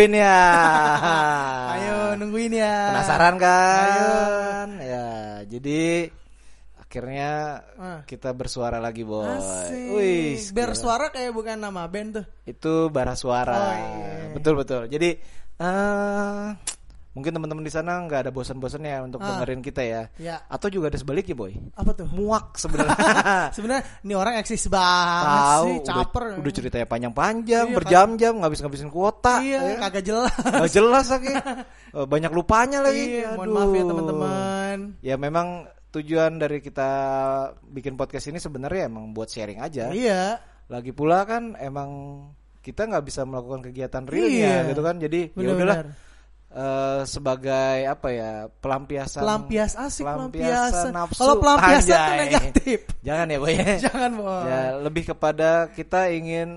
nungguin ya. Ayo nungguin ya. Penasaran kan? Ayo. Ya, jadi akhirnya kita bersuara lagi, boy. Wih, bersuara kayak bukan nama band tuh. Itu bara suara. Oh, iya. Betul. Jadi mungkin teman-teman di sana nggak ada bosan-bosannya untuk dengerin kita ya. Atau juga ada sebaliknya, boy. Apa tuh? Muak sebenarnya. Sebenarnya ini orang eksis banget sih, caper. Udah ceritanya panjang-panjang, berjam-jam, ngabisin kuota. Iya, kagak jelas. Gak jelas lagi. Banyak lupanya lagi. Iya, mohon maaf ya teman-teman. Ya memang tujuan dari kita bikin podcast ini sebenarnya emang buat sharing aja. Iya. Lagi pula kan emang kita nggak bisa melakukan kegiatan realnya gitu kan. Jadi ya udahlah. Sebagai apa ya, pelampiasan nafsu. Kalau pelampiasan itu negatif. Jangan ya, boy. Jangan, boy. Ya, lebih kepada kita ingin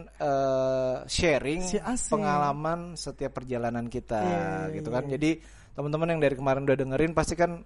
sharing pengalaman setiap perjalanan kita gitu kan. Jadi teman-teman yang dari kemarin udah dengerin pasti kan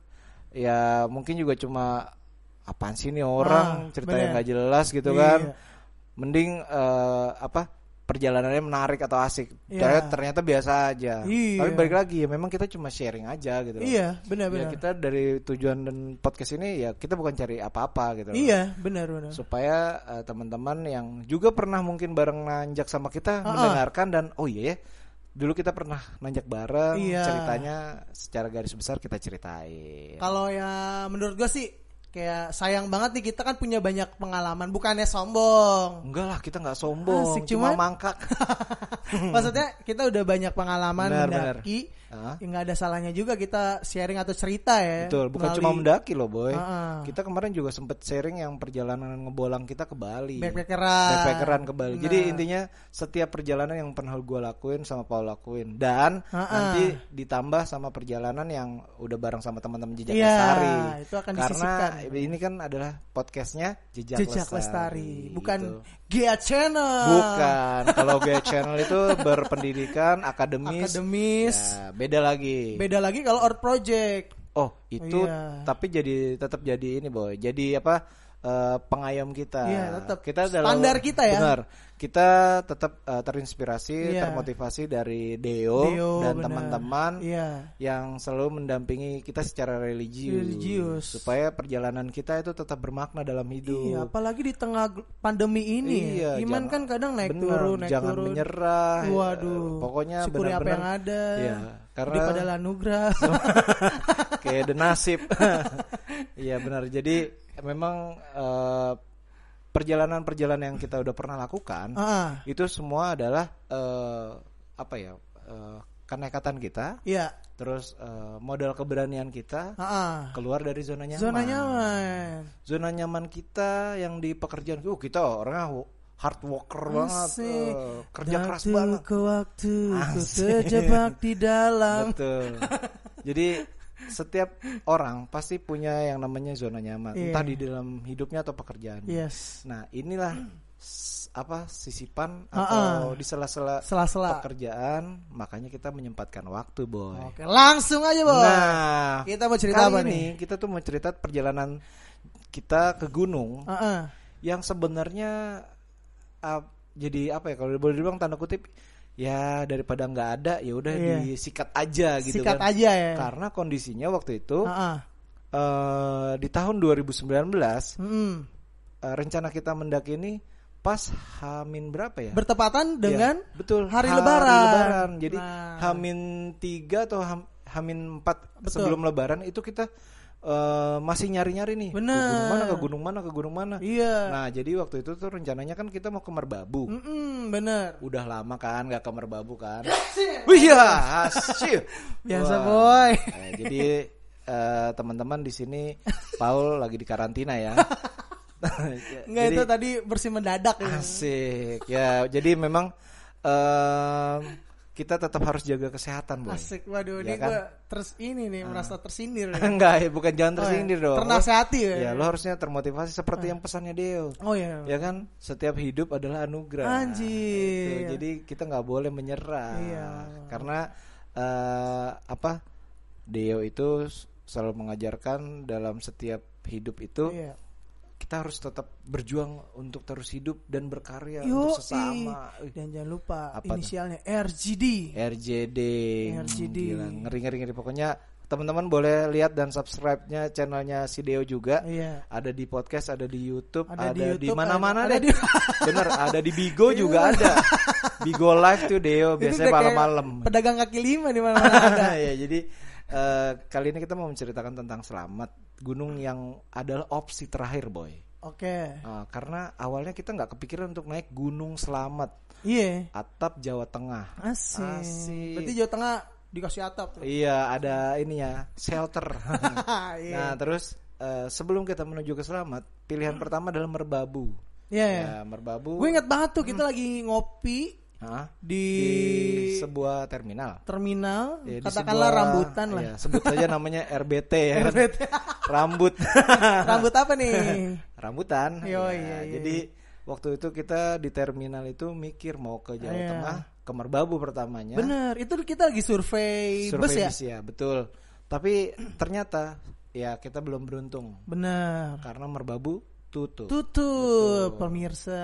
ya mungkin juga cuma apaan sih nih orang cerita yang nggak jelas gitu kan. Mending perjalanannya menarik atau asik. Ternyata biasa aja. Tapi balik lagi ya memang kita cuma sharing aja gitu. Iya, benar. Ya kita dari tujuan dan podcast ini ya kita bukan cari apa-apa gitu. Iya, benar. Supaya teman-teman yang juga pernah mungkin bareng nanjak sama kita mendengarkan dan oh iya ya. Dulu kita pernah nanjak bareng, ceritanya secara garis besar kita ceritain. Kalau ya menurut gue sih kayak sayang banget nih, kita kan punya banyak pengalaman, bukannya sombong. Enggak lah, kita nggak sombong, asik, cuma mangkak. Maksudnya kita udah banyak pengalaman mendaki, ya nggak ada salahnya juga kita sharing atau cerita ya. Betul, bukan cuma mendaki loh, boy. Kita kemarin juga sempet sharing yang perjalanan ngebolang kita ke Bali. Backpackeran ke Bali. Jadi intinya setiap perjalanan yang pernah gue lakuin sama Paul lakuin dan nanti ditambah sama perjalanan yang udah bareng sama teman-teman Jejak Lestari. Itu akan karena disisipkan. Ini kan adalah podcastnya Jejak Lestari. Bukan gitu. Gea Channel. Bukan. Kalau Gea Channel itu berpendidikan akademis. Ya, beda lagi kalau Art Project. Oh itu tapi tetap jadi ini, boy. Jadi pengayom kita. Iya, tetap. Kita standar kita ya. Benar. Kita tetap terinspirasi, termotivasi dari Deo dan teman-teman yang selalu mendampingi kita secara religius supaya perjalanan kita itu tetap bermakna dalam hidup. Iya, apalagi di tengah pandemi ini. Iman kan kadang naik turun. Jangan menyerah. Waduh. Pokoknya syukuri benar-benar apa yang ada. Iya, karena daripada anugerah. Kayak the nasib. Iya benar. Jadi memang perjalanan-perjalanan yang kita udah pernah lakukan itu semua adalah kenekatan kita, terus modal keberanian kita keluar dari zona nyaman. Zona nyaman kita yang di pekerjaan kita orangnya hard worker banget, kerja keras banget. Ke waktu ku terjebak di dalam. Betul. Jadi setiap orang pasti punya yang namanya zona nyaman, entah di dalam hidupnya atau pekerjaan. Nah, inilah sisipan atau di sela-sela pekerjaan, makanya kita menyempatkan waktu, boy. Oke, langsung aja, boy. Nah, kita mau cerita apa nih? Kita tuh mau cerita perjalanan kita ke gunung yang sebenarnya jadi apa ya, kalau boleh dibilang tanda kutip ya daripada nggak ada ya udah disikat aja gitu. Sikat kan. aja ya. Karena kondisinya waktu itu di tahun 2019 rencana kita mendaki ini pas Hamin berapa ya? Bertepatan dengan betul hari Lebaran. Jadi Hamin 3 atau Hamin 4 sebelum Lebaran itu kita masih nyari-nyari nih. Bener. Ke gunung mana. Iya. Nah, jadi waktu itu tuh rencananya kan kita mau ke Merbabu. Bener. Udah lama kan gak ke Merbabu kan. Wih ya, asyik. Biasa, boy. Jadi teman-teman di sini Paul lagi di karantina ya. Enggak, itu tadi bersih mendadak ya. Asik. Ya, jadi memang kita tetap harus jaga kesehatan, boy. Asik, waduh, ya ini kan? Gue merasa tersindir. Enggak, bukan jangan tersindir dong. Ternasihati ya. Ya, lo harusnya termotivasi seperti yang pesannya Deo. Oh iya. Ya kan, setiap hidup adalah anugerah. Anjir. Jadi kita nggak boleh menyerah. Iya. Karena Deo itu selalu mengajarkan dalam setiap hidup itu kita harus tetap berjuang untuk terus hidup dan berkarya untuk sesama. Dan jangan lupa inisialnya RJD. Gila, ngeri. Pokoknya teman-teman boleh lihat dan subscribe-nya channelnya si Deo juga. Iya. Ada di podcast, ada di YouTube, ada di mana-mana deh. Bener, ada di Bigo juga ada. Bigo Live tuh Deo biasanya malam-malam. Pedagang kaki lima di mana-mana ada. Ya, jadi kali ini kita mau menceritakan tentang Slamet, gunung yang adalah opsi terakhir, boy. Oke. Karena awalnya kita nggak kepikiran untuk naik Gunung Slamet. Iya. Atap Jawa Tengah. Asik. Berarti Jawa Tengah dikasih atap. Iya, ada ini ya, shelter. Nah, terus sebelum kita menuju ke Slamet, pilihan pertama adalah Merbabu. Iya. Ya, Merbabu. Gue ingat banget tuh kita lagi ngopi di sebuah terminal. Ya, katakanlah sebuah, rambutan lah. Ya, sebut saja namanya RBT ya. RBT. Rambut. Rambut apa nih? Rambutan. Iya. Jadi waktu itu kita di terminal itu mikir mau ke Jawa Tengah, ke Merbabu pertamanya. Bener, itu kita lagi survei bus ya? Ya, betul. Tapi ternyata ya kita belum beruntung. Bener. Karena Merbabu tutup. Pemirsa.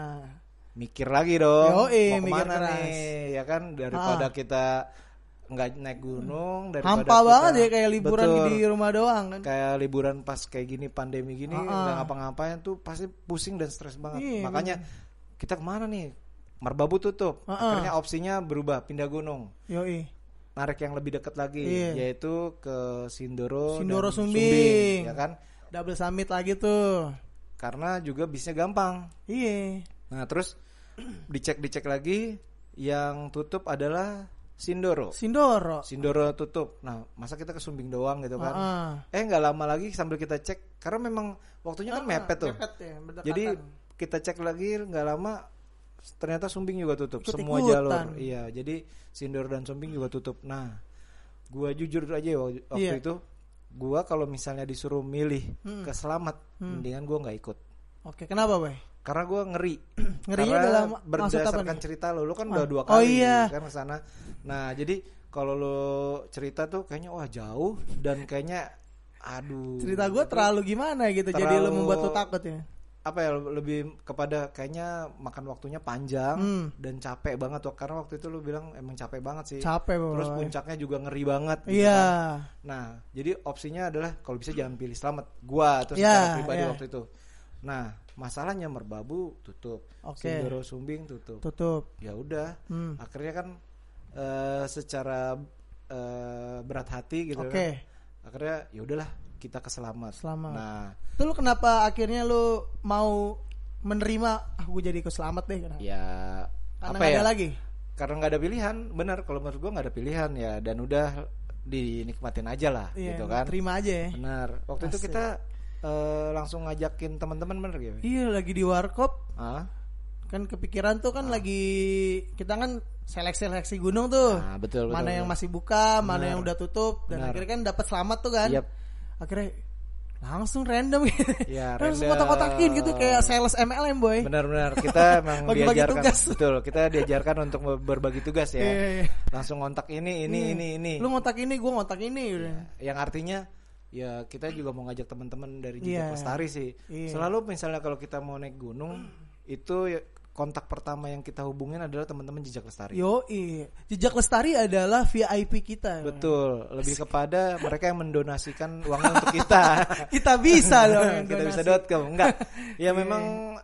Mikir lagi dong. Mau kemana nih? Ya kan daripada kita nggak naik gunung, daripada hampa banget ya kayak liburan di rumah doang kan. Kayak liburan pas kayak gini pandemi gini nggak ngapa-ngapain tuh pasti pusing dan stres banget. Makanya kita kemana nih? Merbabu tutup. Akhirnya opsinya berubah, pindah gunung. Narik yang lebih dekat lagi, yaitu ke Sindoro Sumbing, ya kan? Double summit lagi tuh. Karena juga bisnya gampang. Iya. Nah, terus dicek lagi, yang tutup adalah Sindoro tutup. Nah, masa kita ke Sumbing doang gitu kan? Nggak lama lagi sambil kita cek, karena memang waktunya kan mepet tuh. Ya, jadi kita cek lagi, nggak lama ternyata Sumbing juga tutup. Semua jalur. Iya, jadi Sindoro dan Sumbing juga tutup. Nah, gua jujur aja waktu itu, gua kalau misalnya disuruh milih ke Slamet, mendingan gua nggak ikut. Oke, kenapa, Boy? Karena gue ngeri. Ngerinya dalam berdasarkan cerita lo kan udah 2 kali kan ke sana. Nah, jadi kalau lo cerita tuh kayaknya wah jauh dan kayaknya aduh. Cerita gue terlalu gimana gitu, jadi lo membuat lo takut ya. Apa ya, lebih kepada kayaknya makan waktunya panjang dan capek banget tuh, karena waktu itu lo bilang emang capek banget sih. Capek banget. Terus puncaknya juga ngeri banget gitu kan. Nah, jadi opsinya adalah kalau bisa jangan pilih Slamet. Gua terus secara pribadi waktu itu. Nah, masalahnya Merbabu tutup, Sindoro Sumbing tutup. Ya udah, akhirnya kan secara berat hati gitu kan. Akhirnya ya udahlah kita ke Slamet. Nah, itu lu kenapa akhirnya lu mau menerima gue jadi ke Slamet deh? Kenapa? Ya, karena nggak ada lagi. Karena nggak ada pilihan, benar. Kalau menurut gue nggak ada pilihan ya, dan udah dinikmatin aja lah, gitu kan. Terima aja ya. Benar. Waktu itu kita langsung ngajakin teman-teman, bener gitu. Iya, lagi di warkop. Kan kepikiran tuh kan lagi kita kan seleksi gunung tuh. Betul. Mana yang masih buka, mana yang udah tutup, dan akhirnya kan dapat Slamet tuh kan. Akhirnya langsung random gitu. Ya, langsung kotak-kotakin gitu kayak sales MLM, Boy. Benar. Kita memang diajarkan tugas. Betul, kita diajarkan untuk berbagi tugas ya. Langsung ngontak ini. Lu ngontak ini, gua ngontak ini udah. Yang artinya ya kita juga mau ngajak teman-teman dari Jejak Lestari sih. Selalu misalnya kalau kita mau naik gunung itu kontak pertama yang kita hubungin adalah teman-teman Jejak Lestari. Jejak Lestari adalah VIP kita. Betul, lebih kepada mereka yang mendonasikan uangnya untuk kita. Kita bisa dong. Kita bisa.com. Enggak. Ya memang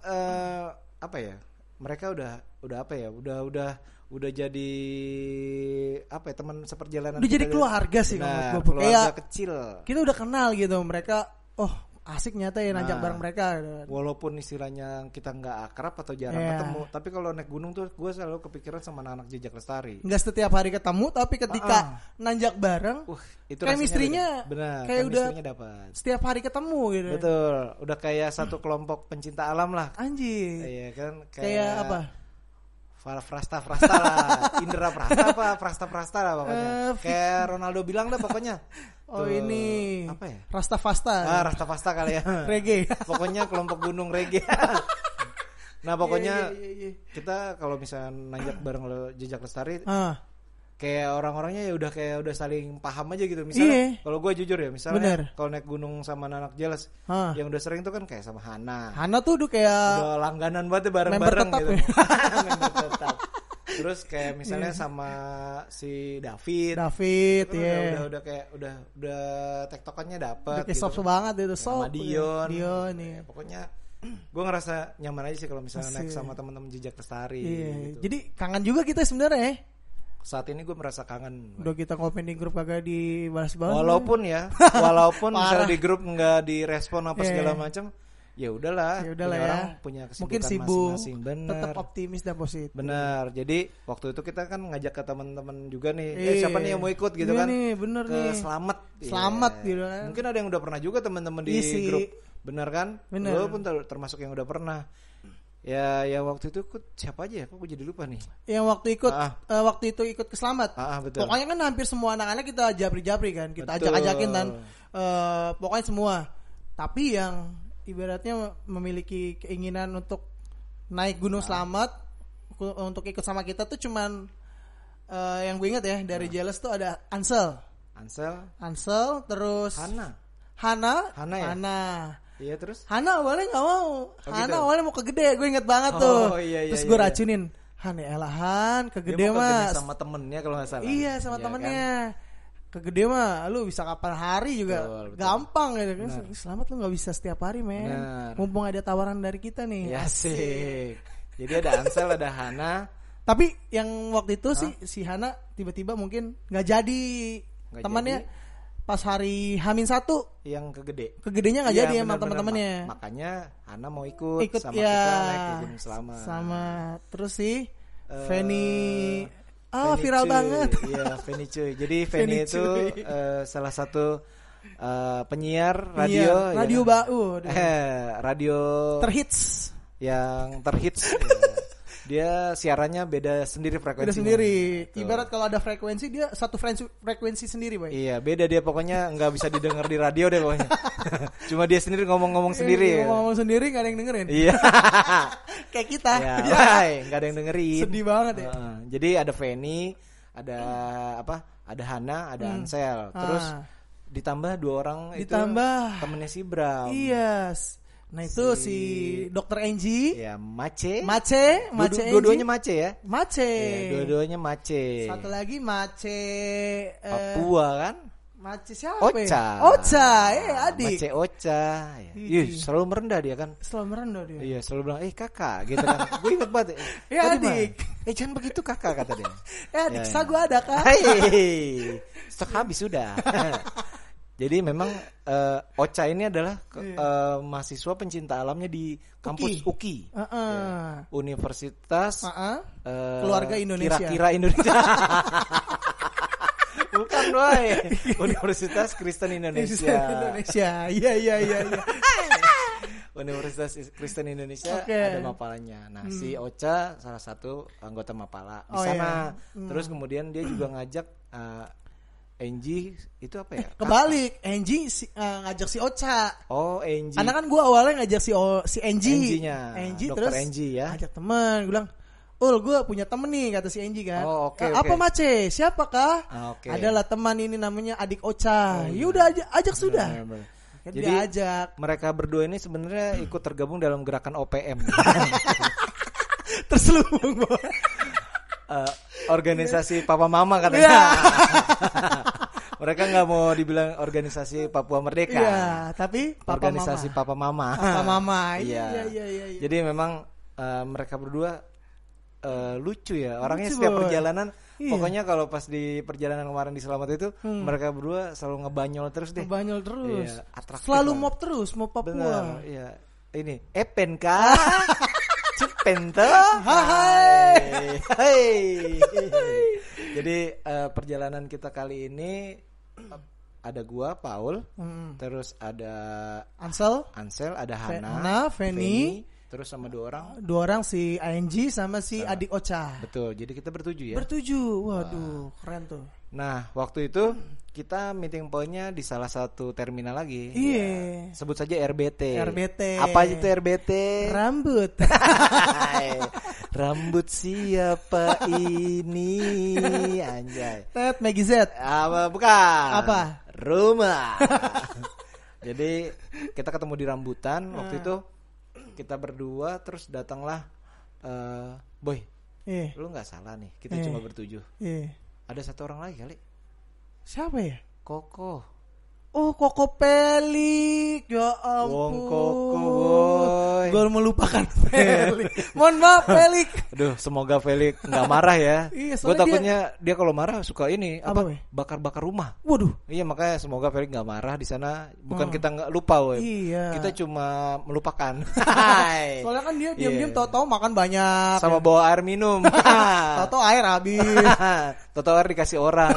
apa ya? Mereka udah apa ya? Udah jadi apa ya, teman seperjalanan. Udah jadi keluarga sih kalau gue. Keluarga kecil. Kita udah kenal gitu. Mereka asik nyata ya nanjak bareng mereka. Walaupun istilahnya kita nggak akrab atau jarang ketemu, tapi kalau naik gunung tuh gue selalu kepikiran sama anak Jejak Lestari. Nggak setiap hari ketemu, tapi ketika nanjak bareng, itu chemistry-nya kayak udah dapat. Setiap hari ketemu gitu. Betul, udah kayak satu kelompok pencinta alam lah. Anjir. Iya kan, kayak apa? Frasta lah, Indra Prasta lah pokoknya. Kayak Ronaldo bilang dah pokoknya. Ini apa ya? Rastafasta. Rastafasta kali ya. Reggae. Pokoknya kelompok gunung reggae. Nah pokoknya kita kalau misalnya nanjak bareng Jejak Lestari, kayak orang-orangnya ya udah saling paham aja gitu. Misalnya kalau gue jujur ya, misalnya kalau naik gunung sama anak jelas, yang udah sering tuh kan kayak sama Hana. Hana tuh udah kayak udah langganan banget bareng-bareng gitu. Member tetap. Terus kayak misalnya sama si David ya. Udah kayak udah tektokannya dapet. Kayak gitu. Soft banget itu sama Dion ya. Pokoknya gue ngerasa nyaman aja sih kalau misalnya naik sama teman-teman Jejak Lestari. Gitu. Jadi kangen juga kita sebenarnya. Saat ini gue merasa kangen. Udah kita ngopi di grup kagak dibalas-balas. Walaupun misalnya di grup nggak direspon apa segala macam, ya udahlah ya. Orang punya kesibukan mungkin sibuk, masing-masing. Bener. Tetap optimis dan positif. Benar. Jadi waktu itu kita kan ngajak ke teman-teman juga nih. Siapa nih yang mau ikut gitu kan? Nih, bener ke nih. Selamat gitu kan. Mungkin ada yang udah pernah juga teman-teman di grup. Bener kan? Lo pun termasuk yang udah pernah. Ya waktu itu ikut siapa aja ya? Kok gue jadi lupa nih. Yang waktu itu ikut ke Selamat. Betul. Pokoknya kan hampir semua anak-anak kita japri-japri kan. Kita ajak-ajakin dan pokoknya semua. Tapi yang ibaratnya memiliki keinginan untuk naik Gunung Selamat untuk ikut sama kita tuh cuman yang gue ingat ya dari Jealous tuh ada Ansel terus Hana ya? Iya terus Hana awalnya nggak mau. Hana awalnya mau ke Gede, gue inget banget tuh. Terus gue racunin Han Elahan ke Gede mas. Sama temennya kalau nggak salah. Iya sama temennya. Kan? Ke Gede mah, lu bisa kapan hari juga betul. Gampang gitu kan. Selamat lu nggak bisa setiap hari men. Mumpung ada tawaran dari kita nih. Ya sih. Jadi ada Ansel, ada Hana. Tapi yang waktu itu si Hana tiba-tiba mungkin nggak jadi. Temannya pas hari H-1 yang ke Gedenya nggak jadi emang teman-temannya. Makanya Hana mau ikut sama ya, kita naik ke Gunung Selamat. Sama terus sih Feni viral cuy. Banget. Iya Feni cuy. Jadi Feni itu salah satu penyiar radio. Radio radio terhits. Yang terhits. Dia siarannya beda sendiri frekuensinya. Beda sendiri. Ibarat kalau ada frekuensi dia satu frekuensi sendiri, boy. Iya, beda dia pokoknya nggak bisa didengar di radio deh pokoknya. Cuma dia sendiri ngomong-ngomong sendiri. Ngomong sendiri nggak ada yang dengerin. Iya. Kayak kita. Ya, nggak ada yang dengerin. Sedih banget ya. Jadi ada Feni, ada Ada Hana, ada Ansel. Terus ditambah 2 orang itu temennya si Bram. Iya. Nah itu si Dr. Angie. Ya Mace. Dua-duanya Mace ya. Mace. Ya, dua-duanya Mace. Satu lagi Mace Papua kan? Mace siapa? Ocha, adik. Mace Ocha. Iya, selalu merendah dia kan. Selalu merendah dia. Iya, selalu bilang, kakak gitu kan. Gue inget banget. Adik. Jangan begitu kakak kata dia. Adik, sagu ada kak. Stok habis sudah. Jadi memang Ocha ini adalah mahasiswa pencinta alamnya di kampus UKI. Universitas Keluarga Indonesia. Kira-kira Indonesia. Bukan boy. Universitas Kristen Indonesia. Iya. Universitas Kristen Indonesia ada mapalanya. Nah, si Ocha salah satu anggota mapala di sana. Terus kemudian dia juga ngajak Angie itu apa ya? Kebalik, Angie ngajak si Ocha. Oh, Angie. Karena kan gue awalnya ngajak si Angie. Angie Dr. terus Angie ya. Ajak teman, gue bilang, gue punya temen nih, kata si Angie kan. Oh, oke. Apa Mace? Siapa kah? Adalah teman ini namanya adik Ocha. Yaudah ajak sudah. Bener. Kan jadi diajak. Mereka berdua ini sebenarnya ikut tergabung dalam gerakan OPM. Terselubung. Organisasi Papa Mama katanya. Mereka nggak mau dibilang organisasi Papua Merdeka. Iya, tapi organisasi Papa Mama. Papa Mama. Iya. Jadi memang mereka berdua lucu ya. Orangnya setiap perjalanan. Pokoknya kalau pas di perjalanan kemarin di Selamat itu mereka berdua selalu ngebanyol terus deh. Ngebanyol terus. Iya, atraktif. Selalu mob Papua. Benar, iya. Ini Epen kah? Cepento. Hai. Jadi perjalanan kita kali ini ada gua Paul, terus ada Ansel, ada Hana, Feni, terus sama 2 orang si Angie sama si adik Ocha. Betul. Jadi kita bertujuh ya. Waduh, keren tuh. Nah, waktu itu kita meeting pointnya di salah satu terminal lagi. Iya. Ya, sebut saja RBT. RBT. Apa itu RBT? Rambut. Rambut siapa ini? Anjay. Tet Maggie Z. Apa bukan? Apa? Rumah. Jadi kita ketemu di rambutan waktu itu. Kita berdua terus datanglah Boy. Lu nggak salah nih. Kita cuma bertujuh. Ada satu orang lagi kali. Siapa ya? Koko. Oh, Koko Pelik. Ya ampun. Wong Koko, boy. Gue melupakan Pelik. Mohon maaf Pelik. Aduh, semoga Pelik nggak marah ya. Iya, gue takutnya dia kalau marah suka ini apa? Bakar-bakar rumah. Waduh. Iya, makanya semoga Pelik nggak marah di sana. Bukan kita nggak lupa, woy. Iya. Kita cuma melupakan. Soalnya kan dia diam-diam tahu-tahu makan banyak. Sama bawa air minum. Tahu-tahu air habis. Tahu-tahu air dikasih orang.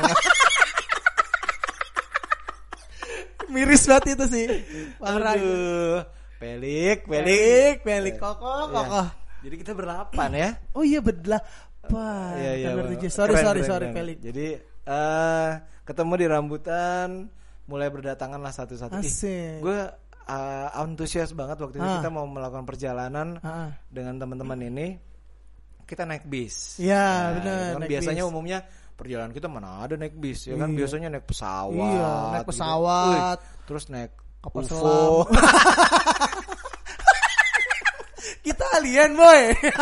Miris banget itu sih. Parah. Pelik, Koko. Jadi kita berdelapan ya. Oh iya berdelapan. Iya. Sorry Pelik. Jadi ketemu di rambutan, mulai berdatangan lah satu-satu. Gue antusias banget waktu itu kita mau melakukan perjalanan dengan teman-teman ini. Kita naik bis. Iya, benar. Kan biasanya umumnya perjalanan kita mana ada naik bis ya kan, biasanya naik pesawat. Iya, naik pesawat. Terus naik kapal UFO. Selam. Kita alien, boy.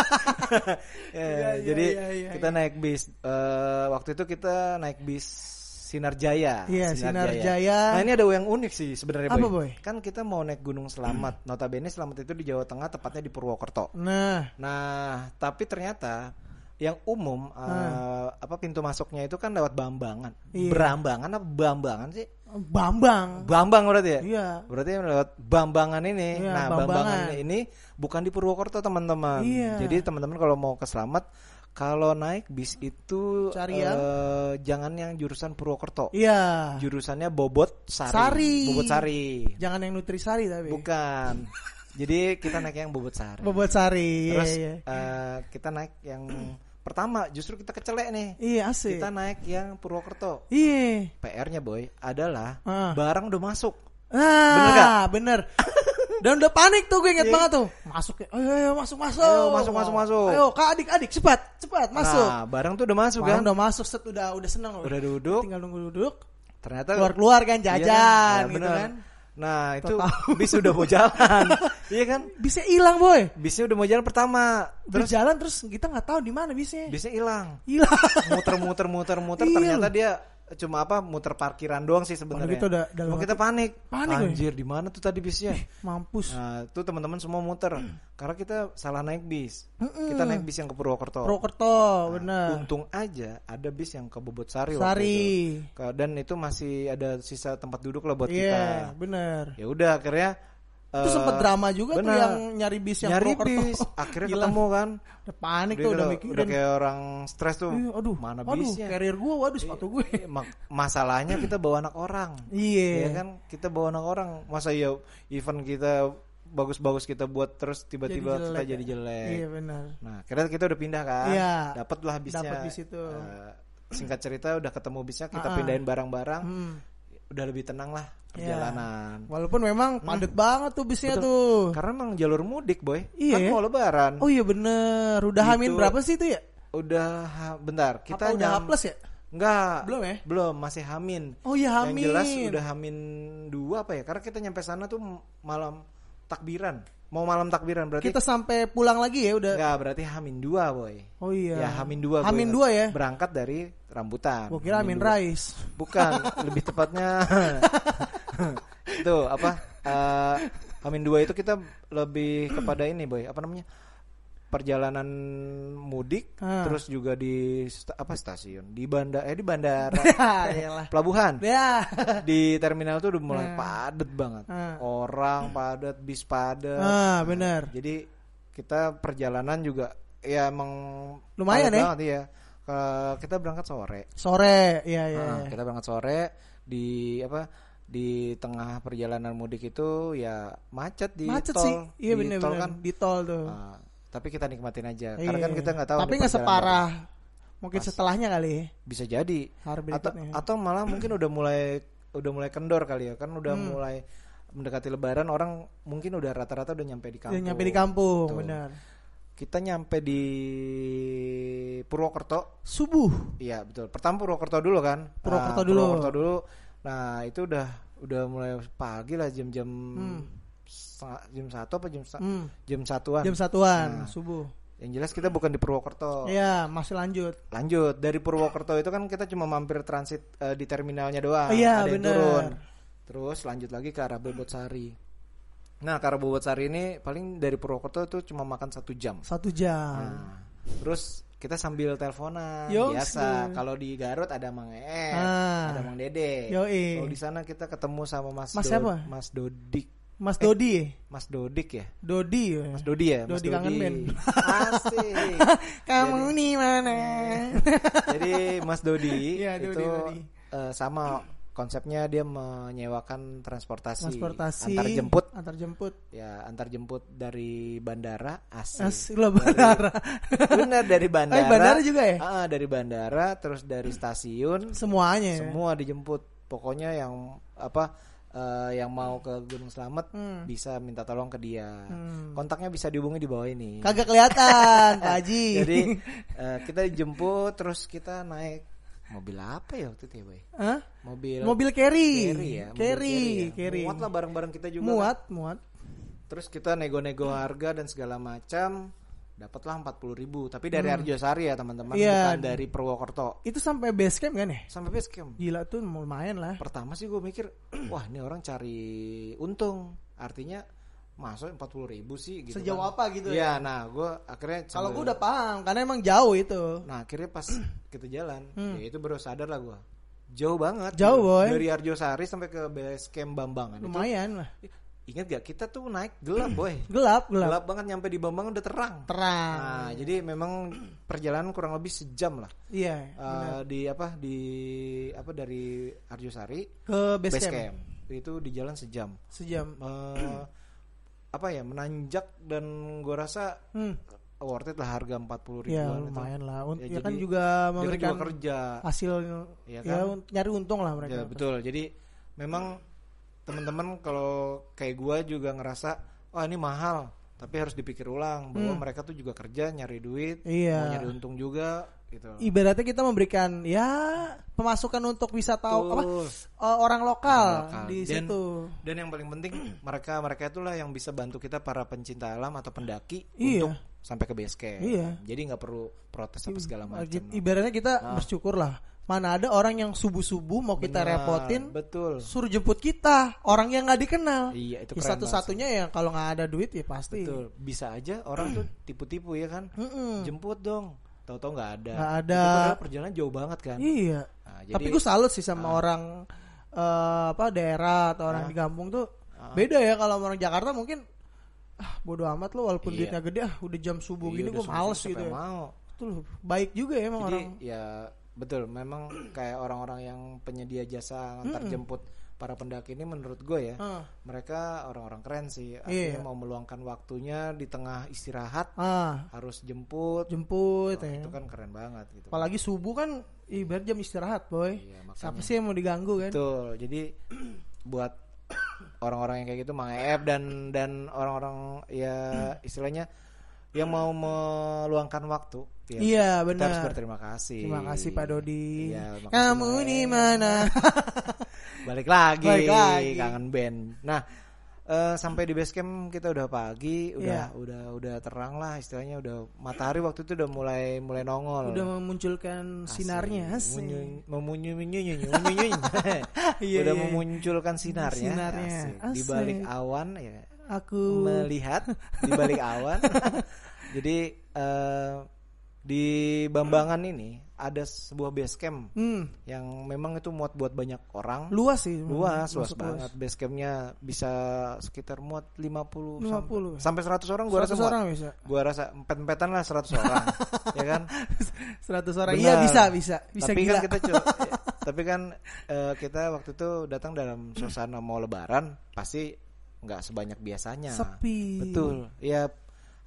Jadi kita naik bis. Waktu itu kita naik bis Sinar Jaya. Iya, Sinar Jaya. Nah, ini ada yang unik sih sebenarnya, Apa, boy? Kan kita mau naik Gunung Slamet. Notabene Slamet itu di Jawa Tengah, tepatnya di Purwokerto. Nah, tapi ternyata yang umum pintu masuknya itu kan lewat Bambangan. Iya. Berambangan apa Bambangan sih? Bambang berarti ya? Iya. Berarti lewat Bambangan ini. Iya, nah, Bambangan ini bukan di Purwokerto, teman-teman. Iya. Jadi teman-teman kalau mau ke Slamet, kalau naik bis itu jangan yang jurusan Purwokerto. Iya. Jurusannya Bobot Sari. Bobot Sari. Jangan yang Nutrisari tapi. Bukan. Jadi kita naik yang Bobot Sari. Bobot Sari. Terus kita naik yang pertama justru kita kecelek nih. Iya, asik. Kita naik yang Purwokerto. Iya. PR-nya, boy, adalah barang udah masuk. Bener gak? Bener. Dan udah panik tuh, gue inget banget tuh. Masuk ya. Ayo masuk. Masuk. Ayo kak adik cepat masuk. Nah, barang tuh udah masuk kan? Udah masuk, udah seneng. Udah duduk. Tinggal nunggu duduk. Ternyata keluar kan jajan gitu kan. Nah, itu bis udah mau jalan. Iya kan? Bisnya hilang, boy. Bisnya udah mau jalan pertama. Terus jalan terus kita nggak tahu di mana bisnya. Bisnya hilang. Muter. Iya. Ternyata dia cuma muter parkiran doang sih sebenarnya. Cuma kita panik. Anjir, di mana tuh tadi bisnya? Mampus. Nah, tuh teman-teman semua muter karena kita salah naik bis. Kita naik bis yang ke Purwokerto. Benar. Untung aja ada bis yang ke Bobot Sari. Dan itu masih ada sisa tempat duduk lah buat kita. Iya, benar. Ya udah akhirnya itu sempet drama juga tuh yang nyari bis yang Purwokerto. Akhirnya ketemu kan. Udah panik tuh, udah mikirin. Udah kayak orang stres tuh. Mana bisnya? Carrier gue, sepatu gue. Masalahnya kita bawa anak orang. Iya. Ya kan, kita bawa anak orang. Masa ya event kita bagus-bagus kita buat terus tiba-tiba kita jadi jelek. Iya, benar. Nah, akhirnya kita udah pindah kan. Iya. Dapatlah bisnya. Dapat bis itu. Singkat cerita udah ketemu bisnya, kita pindahin barang-barang. Udah lebih tenang lah perjalanan. Walaupun memang padat banget tuh bisnya tuh. Karena emang jalur mudik, boy. Iya. Kan mau lebaran. Oh iya bener. Udah gitu. Hamin berapa sih itu ya? Udah bentar. Kita udah H+ ya? Enggak. Belum ya? Belum, masih Hamin. Oh iya Hamin. Yang jelas udah Hamin 2 apa ya? Karena kita nyampe sana tuh malam takbiran. Mau malam takbiran berarti kita sampai pulang lagi ya udah. Enggak, berarti Hamin 2, boy. Oh iya. Ya Hamin 2. Hamin 2 ya. Berangkat dari rambutan. Gua kira Hamin Rais. Bukan, lebih tepatnya itu Hamin 2 itu kita lebih kepada ini, boy. Apa namanya? Perjalanan mudik, terus juga di stasiun, di bandara, pelabuhan, di terminal tuh udah mulai padat banget, orang padat, bis padat. Benar. Jadi kita perjalanan juga ya emang lumayan ya. Banget, ya. Kita berangkat sore, iya. Kita berangkat sore di tengah perjalanan mudik itu ya macet di tol. Sih. Iya benar. Kan? Di tol tuh. Tapi kita nikmatin aja karena kan kita nggak tahu. Tapi nggak separah Mungkin setelahnya kali. Bisa jadi. Atau malah mungkin udah mulai kendor kali ya, kan udah mulai mendekati Lebaran, orang mungkin udah rata-rata udah nyampe di kampung. Nyampe di kampung, benar. Kita nyampe di Purwokerto subuh. Iya, betul. Pertama Purwokerto dulu kan. Purwokerto dulu. Nah, itu udah mulai pagi lah, jam-jam jam 1 apa jam 1-an. Jam 1-an subuh. Yang jelas kita bukan di Purwokerto. Iya, masih lanjut. Dari Purwokerto itu kan kita cuma mampir transit di terminalnya doang. Iya, ada yang bener. turun. Terus lanjut lagi ke arah Bobotsari. Nah, ke arah Bobotsari ini paling dari Purwokerto itu cuma makan 1 jam. 1 jam. Nah, terus kita sambil teleponan biasa. Kalau di Garut ada Mang ada Mang Dede. Kalau di sana kita ketemu sama Mas Dodik. Mas Dodi. Mas Dodik ya? Dodi. Mas Dodi ya? Dodi kangen men. Asik. Kamu nih mana? Jadi Mas Dodi itu Dodi. Sama konsepnya dia menyewakan transportasi antar jemput. Ya, antar jemput dari bandara. Asik loh, bandara. Benar, dari bandara. Bandara juga ya? Dari bandara, terus dari stasiun. Semuanya. Semua dijemput. Pokoknya yang yang mau ke Gunung Slamet bisa minta tolong ke dia. Kontaknya bisa dihubungi di bawah ini. Kagak kelihatan, Pak Haji. Jadi kita dijemput, terus kita naik mobil apa ya waktu itu ya, Boy? Mobil carry ya. Carry. Muat lah barang-barang kita juga. Muat. Terus kita nego-nego harga dan segala macam. Dapatlah 40.000, tapi dari Arjosari ya teman-teman, bukan dari Purwokerto. Itu sampai base camp kan ya? Sampai base camp. Gila tuh, lumayan lah. Pertama sih gue mikir, wah ini orang cari untung, artinya masuk 40.000 sih gitu. Sejauh kan. Apa gitu ya? Nah gue akhirnya kalau gue udah paham, karena emang jauh itu. Nah akhirnya pas kita jalan, ya itu baru sadar lah gue, jauh banget. Boy. Dari Arjosari sampai ke base camp Bambangan. Lumayan lah. Ingat gak kita tuh naik gelap, Boy. Gelap banget, nyampe di Bambangan udah terang. Nah, jadi memang perjalanan kurang lebih sejam lah. Iya. Dari Arjosari ke base camp. Itu di jalan sejam. Menanjak, dan gue rasa worth it lah, harga 40.000. Ya lumayan lah. Ya kan juga memberikan juga kerja. Hasil ya kan? Nyari untung lah mereka. Ya, betul. Jadi memang teman-teman kalau kayak gue juga ngerasa ini mahal, tapi harus dipikir ulang bahwa mereka tuh juga kerja nyari duit, mau nyari untung juga gitu. Ibaratnya kita memberikan pemasukan untuk orang lokal di situ. Dan yang paling penting mereka itulah yang bisa bantu kita para pencinta alam atau pendaki untuk sampai ke base camp. Jadi nggak perlu protes apa segala macam. Ibaratnya kita bersyukur lah. Mana ada orang yang subuh-subuh mau kita repotin, suruh jemput kita, orang yang nggak dikenal. Iya, itu satu-satunya yang kalau nggak ada duit ya pasti. Betul. Bisa aja orang tuh tipu-tipu ya kan. Jemput dong. Tahu-tahu nggak ada. Nggak ada. Itu perjalanan jauh banget kan. Iya. Nah, tapi gue salut sih sama orang daerah atau orang di kampung tuh. Beda ya, kalau orang Jakarta mungkin bodo amat lo, walaupun duitnya gede, udah jam subuh gini gue males gitu ya. Itu baik juga ya emang. Jadi, orang. Ya betul, memang kayak orang-orang yang penyedia jasa antar jemput para pendaki ini menurut gue ya, mereka orang-orang keren sih. Artinya mau meluangkan waktunya di tengah istirahat, harus jemput ya. Itu kan keren banget gitu. Apalagi subuh kan ibarat jam istirahat, Boy. Siapa sih yang mau diganggu kan? Betul. Jadi buat orang-orang yang kayak gitu, Mang Eep dan orang-orang ya istilahnya yang mau meluangkan waktu, iya benar. Kita harus berterima kasih. Terima kasih Pak Dodi. Ya, kamu di mana? Balik lagi, kangen band. Nah, sampai di base camp kita udah pagi, udah terang lah istilahnya, udah matahari waktu itu udah mulai nongol. Udah memunculkan sinarnya. Udah memunculkan sinarnya. Di balik awan ya. Aku melihat di balik awan. Jadi di Bambangan ini ada sebuah base camp yang memang itu muat buat banyak orang. Luas sih. Luas banget. Base campnya bisa sekitar muat 50 sampai 100 orang. Gua rasa orang bisa. Gua rasa empet-empetan lah 100 orang. Ya kan? 100 orang. Iya bisa tapi gila. Tapi kan kita waktu itu datang dalam suasana mau lebaran, pasti nggak sebanyak biasanya. Sepi. Betul. Ya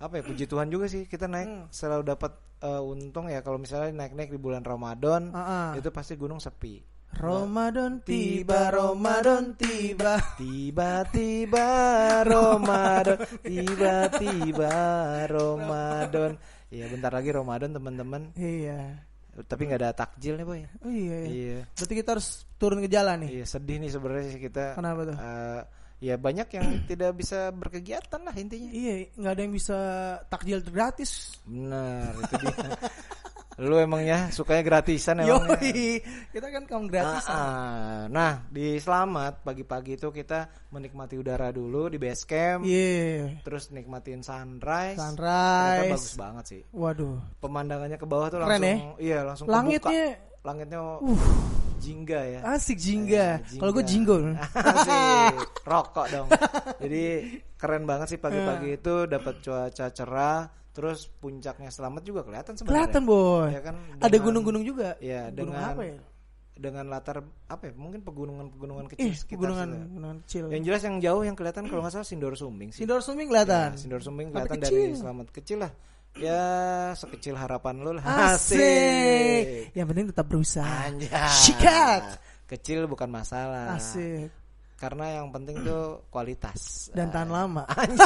apa ya, puji Tuhan juga sih kita naik selalu dapat untung ya. Kalau misalnya naik-naik di bulan Ramadan itu pasti gunung sepi. Ramadan tiba, Ramadan tiba, tiba-tiba Ramadan, tiba-tiba Ramadan. Iya, bentar lagi Ramadan teman-teman. Iya. Tapi nggak ada takjil nih boy. Oh iya. Berarti kita harus turun ke jalan nih. Iya, sedih nih sebenarnya sih kita. Kenapa tuh? Ya banyak yang tidak bisa berkegiatan lah intinya. Iya, nggak ada yang bisa takjil gratis. Benar, itu dia. Lu emangnya sukanya gratisan emangnya. Yoi, kita kan kaum gratisan. Nah, di Selamat pagi-pagi itu kita menikmati udara dulu di base camp. Terus nikmatin sunrise. Ternyata bagus banget sih. Waduh. Pemandangannya ke bawah tuh keren langsung ya? Langsung langitnya kebuka. Langitnya jingga ya. Asik jingga. Kalau gue jingle. Rokok dong. Jadi keren banget sih pagi-pagi itu dapat cuaca cerah. Terus puncaknya Selamat juga kelihatan sebenarnya. Kelihatan boy. Ya kan, ada gunung-gunung juga. Ya, gunung dengan apa ya? Dengan latar apa ya? Mungkin pegunungan kecil sekitar. Pegunungan kecil. Yang jelas yang jauh yang kelihatan kalau nggak salah Sindor Sumbing sih. Sindor Sumbing kelihatan. Ya, Sindor Sumbing kelihatan dari Selamat, kecil lah. Ya sekecil harapan lu lah. Asik. Yang penting tetap berusaha. Anjay. Sikat. Kecil bukan masalah. Asik. Karena yang penting tuh kualitas dan tahan lama.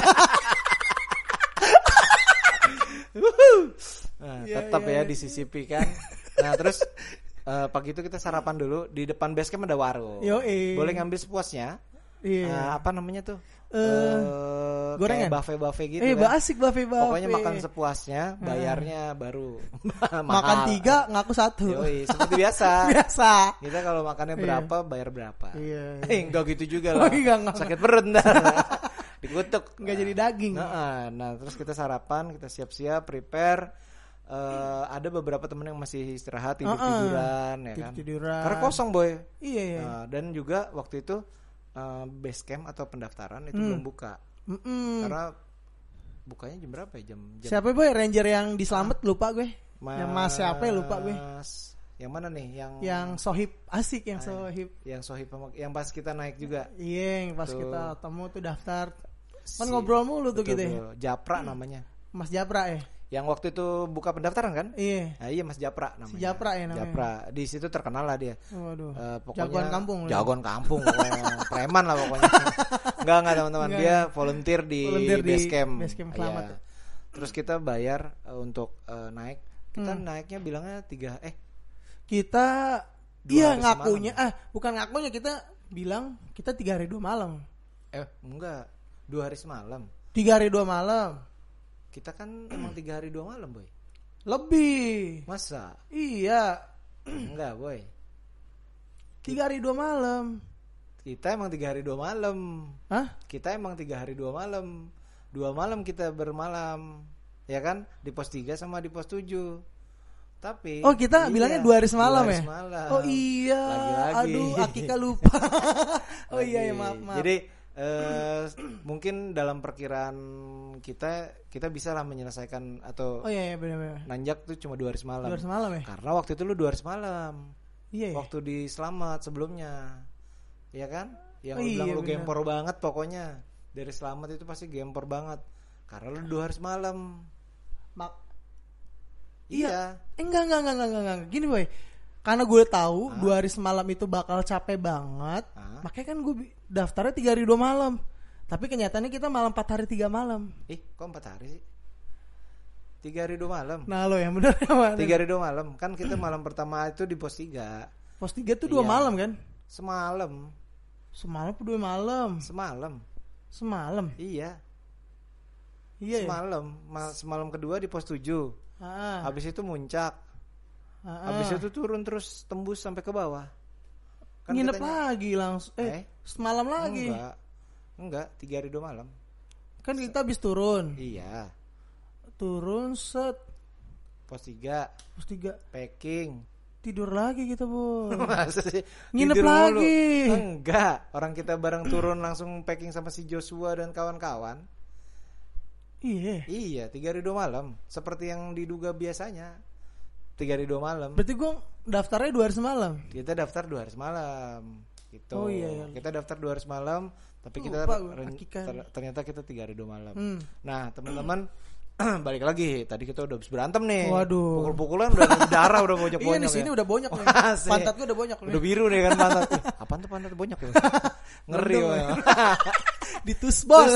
Nah, tetap ya disisipi kan. Nah terus pagi itu kita sarapan dulu di depan base camp ada warung. Boleh ngambil sepuasnya. Apa namanya tuh? Gorengan, buffet gitu kan. Asik buffet. Pokoknya makan sepuasnya, bayarnya baru. Makan 3 ngaku 1. Seperti biasa. Kita kalau makannya berapa bayar berapa. Enggak gitu juga lah. Sakit perut ntar. Dikutuk, nggak jadi daging. Nah terus kita sarapan, kita siap-siap prepare. Ada beberapa temen yang masih istirahat tiduran ya kan. Karena kosong boy. Iya. Dan juga waktu itu base camp atau pendaftaran itu belum buka. Karena bukanya jam berapa ya? Jam siapa boy ranger yang di Selamat lupa gue. Yang Mas siapa ya lupa gue. Yang mana nih? Yang Sohib asik yang Sohib. Yang Sohib yang pas kita naik juga. Iya, yang pas kita temu tuh daftar. Kan ngobrol mulu tuh gitu ya. Japra namanya. Mas Japra ya. Yang waktu itu buka pendaftaran kan? Iya. Nah, iya Mas Japra namanya. Si Japra ya namanya. Japra. Di situ terkenal lah dia. Waduh. Pokoknya Jagoan kampung. Preman lah pokoknya. Enggak teman-teman. Dia volunteer di base camp. Base camp Selamat. Iya. Terus kita bayar untuk naik. Kita naiknya bilangnya 3 kita iya ngakunya bukan ngakunya, kita bilang kita 3 hari 2 malam. Enggak, 2 hari semalam. 3 hari 2 malam. Kita kan emang 3 hari 2 malam boy. Lebih. Masa? Iya. Enggak boy. 3 hari 2 malam. Kita emang 3 hari 2 malam. Hah? Kita emang 3 hari 2 malam. 2 malam kita bermalam. Ya kan? Di pos 3 sama di pos 7. Tapi kita bilangnya 2 hari semalam ya? Semalam. Oh iya. Lagi-lagi. Aduh, Akika lupa. Iya ya, maaf. Jadi mungkin dalam perkiraan kita bisa lah menyelesaikan atau benar-benar. nanjak tuh cuma 2 hari semalam. 2 hari semalam ya? Karena waktu itu lu 2 hari semalam. Iya. Waktu di Selamat sebelumnya. Iya kan? Yang lu bilang lu gempor banget pokoknya. Dari Selamat itu pasti gempor banget. Karena lu 2 hari semalam. Iya. Enggak. Gini boy. Karena gue tahu 2 hari semalam itu bakal capek banget. Makanya kan gue daftarnya 3 hari 2 malam. Tapi kenyataannya kita malam 4 hari 3 malam. Kok 4 hari sih? 3 hari 2 malam. Nah lo yang bener ya 3 hari 2 malam. Kan kita malam pertama itu di pos 3. Pos 3 tuh 2 malam kan? Semalam apa 2 malam? Semalam. Iya. Semalam kedua di pos 7. Habis itu muncak. Habis itu turun terus tembus sampai ke bawah. Kan nginep lagi langsung. Semalam lagi. Enggak, 3 hari 2 malam. Kan kita habis turun. Iya. Turun set. Pos 3. Packing. Tidur lagi kita, Bu. Masa sih? Nginep lagi. Enggak, orang kita bareng turun langsung packing sama si Joshua dan kawan-kawan. Iya, 3 hari 2 malam. Seperti yang diduga biasanya. 3 hari 2 malam. Berarti gue daftarnya 2 hari semalam. Kita daftar 2 hari semalam. Gitu. Oh iya. Kita daftar 2 hari semalam, tapi kita ternyata kita 3 hari 2 malam. Nah, teman-teman, balik lagi. Tadi kita udah habis berantem nih. Waduh. Pukul-pukulan udah darah udah bonyok-bonyok. Iya di sini udah bonyok nih. Pantat gue udah bonyok nih. Udah biru nih kan pantat. Apaan tuh pantat bonyok ya? Ngeri ya. Ditusbol.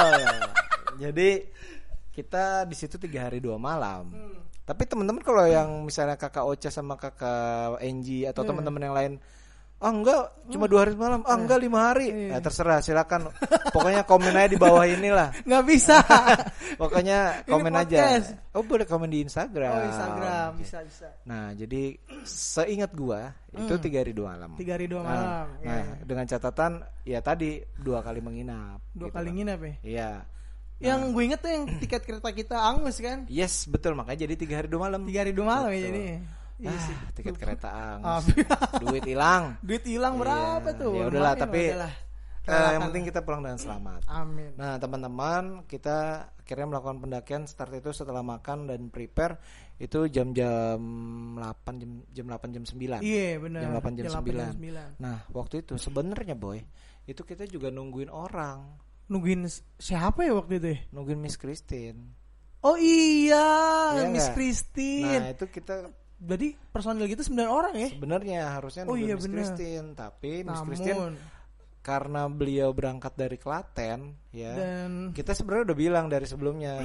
Jadi kita di situ 3 hari 2 malam. Tapi teman-teman kalau yang misalnya kakak Ocha sama kakak Enji atau teman-teman yang lain, enggak, cuma 2 hari malam. Enggak 5 hari. Ya terserah, silakan. Pokoknya komen aja di bawah inilah. Nggak bisa. Pokoknya komen aja. Oh, boleh komen di Instagram. Oh, Instagram, bisa. Nah, jadi seingat gua itu 3 hari 2 malam. 3 hari 2 malam. Nah, dengan catatan ya tadi 2 kali menginap. 2 kali nginap ya? Iya. Yang gue inget tuh yang tiket kereta kita angus kan? Yes, betul, makanya jadi 3 hari 2 malam. 3 hari 2 malam ya jadi. Iya sih. Tiket kereta angus. Duit hilang. Duit hilang berapa tuh? Ya udahlah, tapi yang penting kita pulang dengan selamat. Amin. Nah, teman-teman, kita akhirnya melakukan pendakian. Start itu setelah makan dan prepare itu jam-jam 8 jam 9. Iya, benar. Jam 8 jam 9. Nah, waktu itu sebenarnya boy, itu kita juga nungguin orang. Nungguin siapa ya waktu itu? Nungguin Miss Christine. Oh iya, ya Miss gak? Christine. Nah, itu kita berarti personil kita 9 orang ya? Sebenarnya harusnya nungguin Miss Christine, tapi Miss Christine karena beliau berangkat dari Klaten ya. Dan kita sebenarnya udah bilang dari sebelumnya,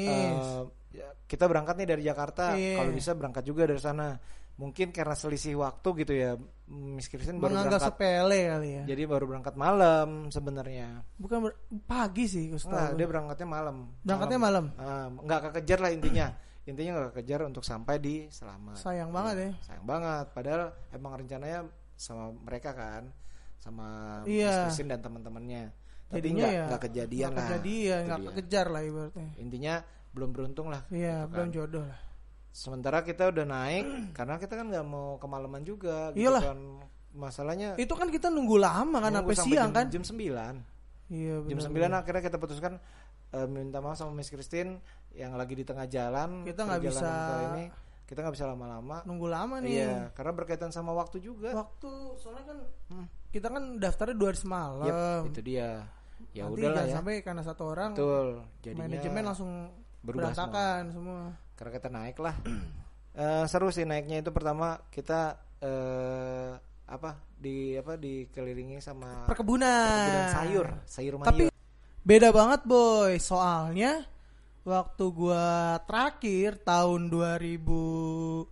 kita berangkat nih dari Jakarta, kalau bisa berangkat juga dari sana. Mungkin karena selisih waktu gitu ya, Miss Christine baru berangkat sepele kali ya. Jadi baru berangkat malam sebenarnya. Bukan pagi sih, dia berangkatnya malam. Berangkatnya malam. Nggak kekejar lah intinya. Intinya nggak kekejar untuk sampai di selamat. Sayang banget ya. Sayang banget. Padahal emang rencananya sama mereka kan, sama Miss Christine dan teman-temannya. Tapi nggak kejadian lah. Nggak kekejar lah ibaratnya. Intinya belum beruntung lah. Iya, gitu belum kan. Jodoh lah. Sementara kita udah naik karena kita kan nggak mau kemalaman juga. Gitu iyalah. Kan masalahnya. Itu kan kita nunggu lama kan sampai siang kan. Jam 9. Iya. Jam 9 akhirnya kita putuskan minta maaf sama Miss Christine yang lagi di tengah jalan. Kita nggak bisa. Kita nggak bisa lama-lama. Nunggu lama nih. Iya, karena berkaitan sama waktu juga. Soalnya kan kita kan daftarnya 2 hari semalam. Yep, itu dia. Ya udahlah ya. Sampai karena 1 orang. Betul. Jadinya manajemen langsung berantakan semua. Karena kita naik lah. Seru sih naiknya itu. Pertama kita dikelilingi sama perkebunan sayur mayur. Tapi beda banget boy, soalnya waktu gua terakhir tahun 2015,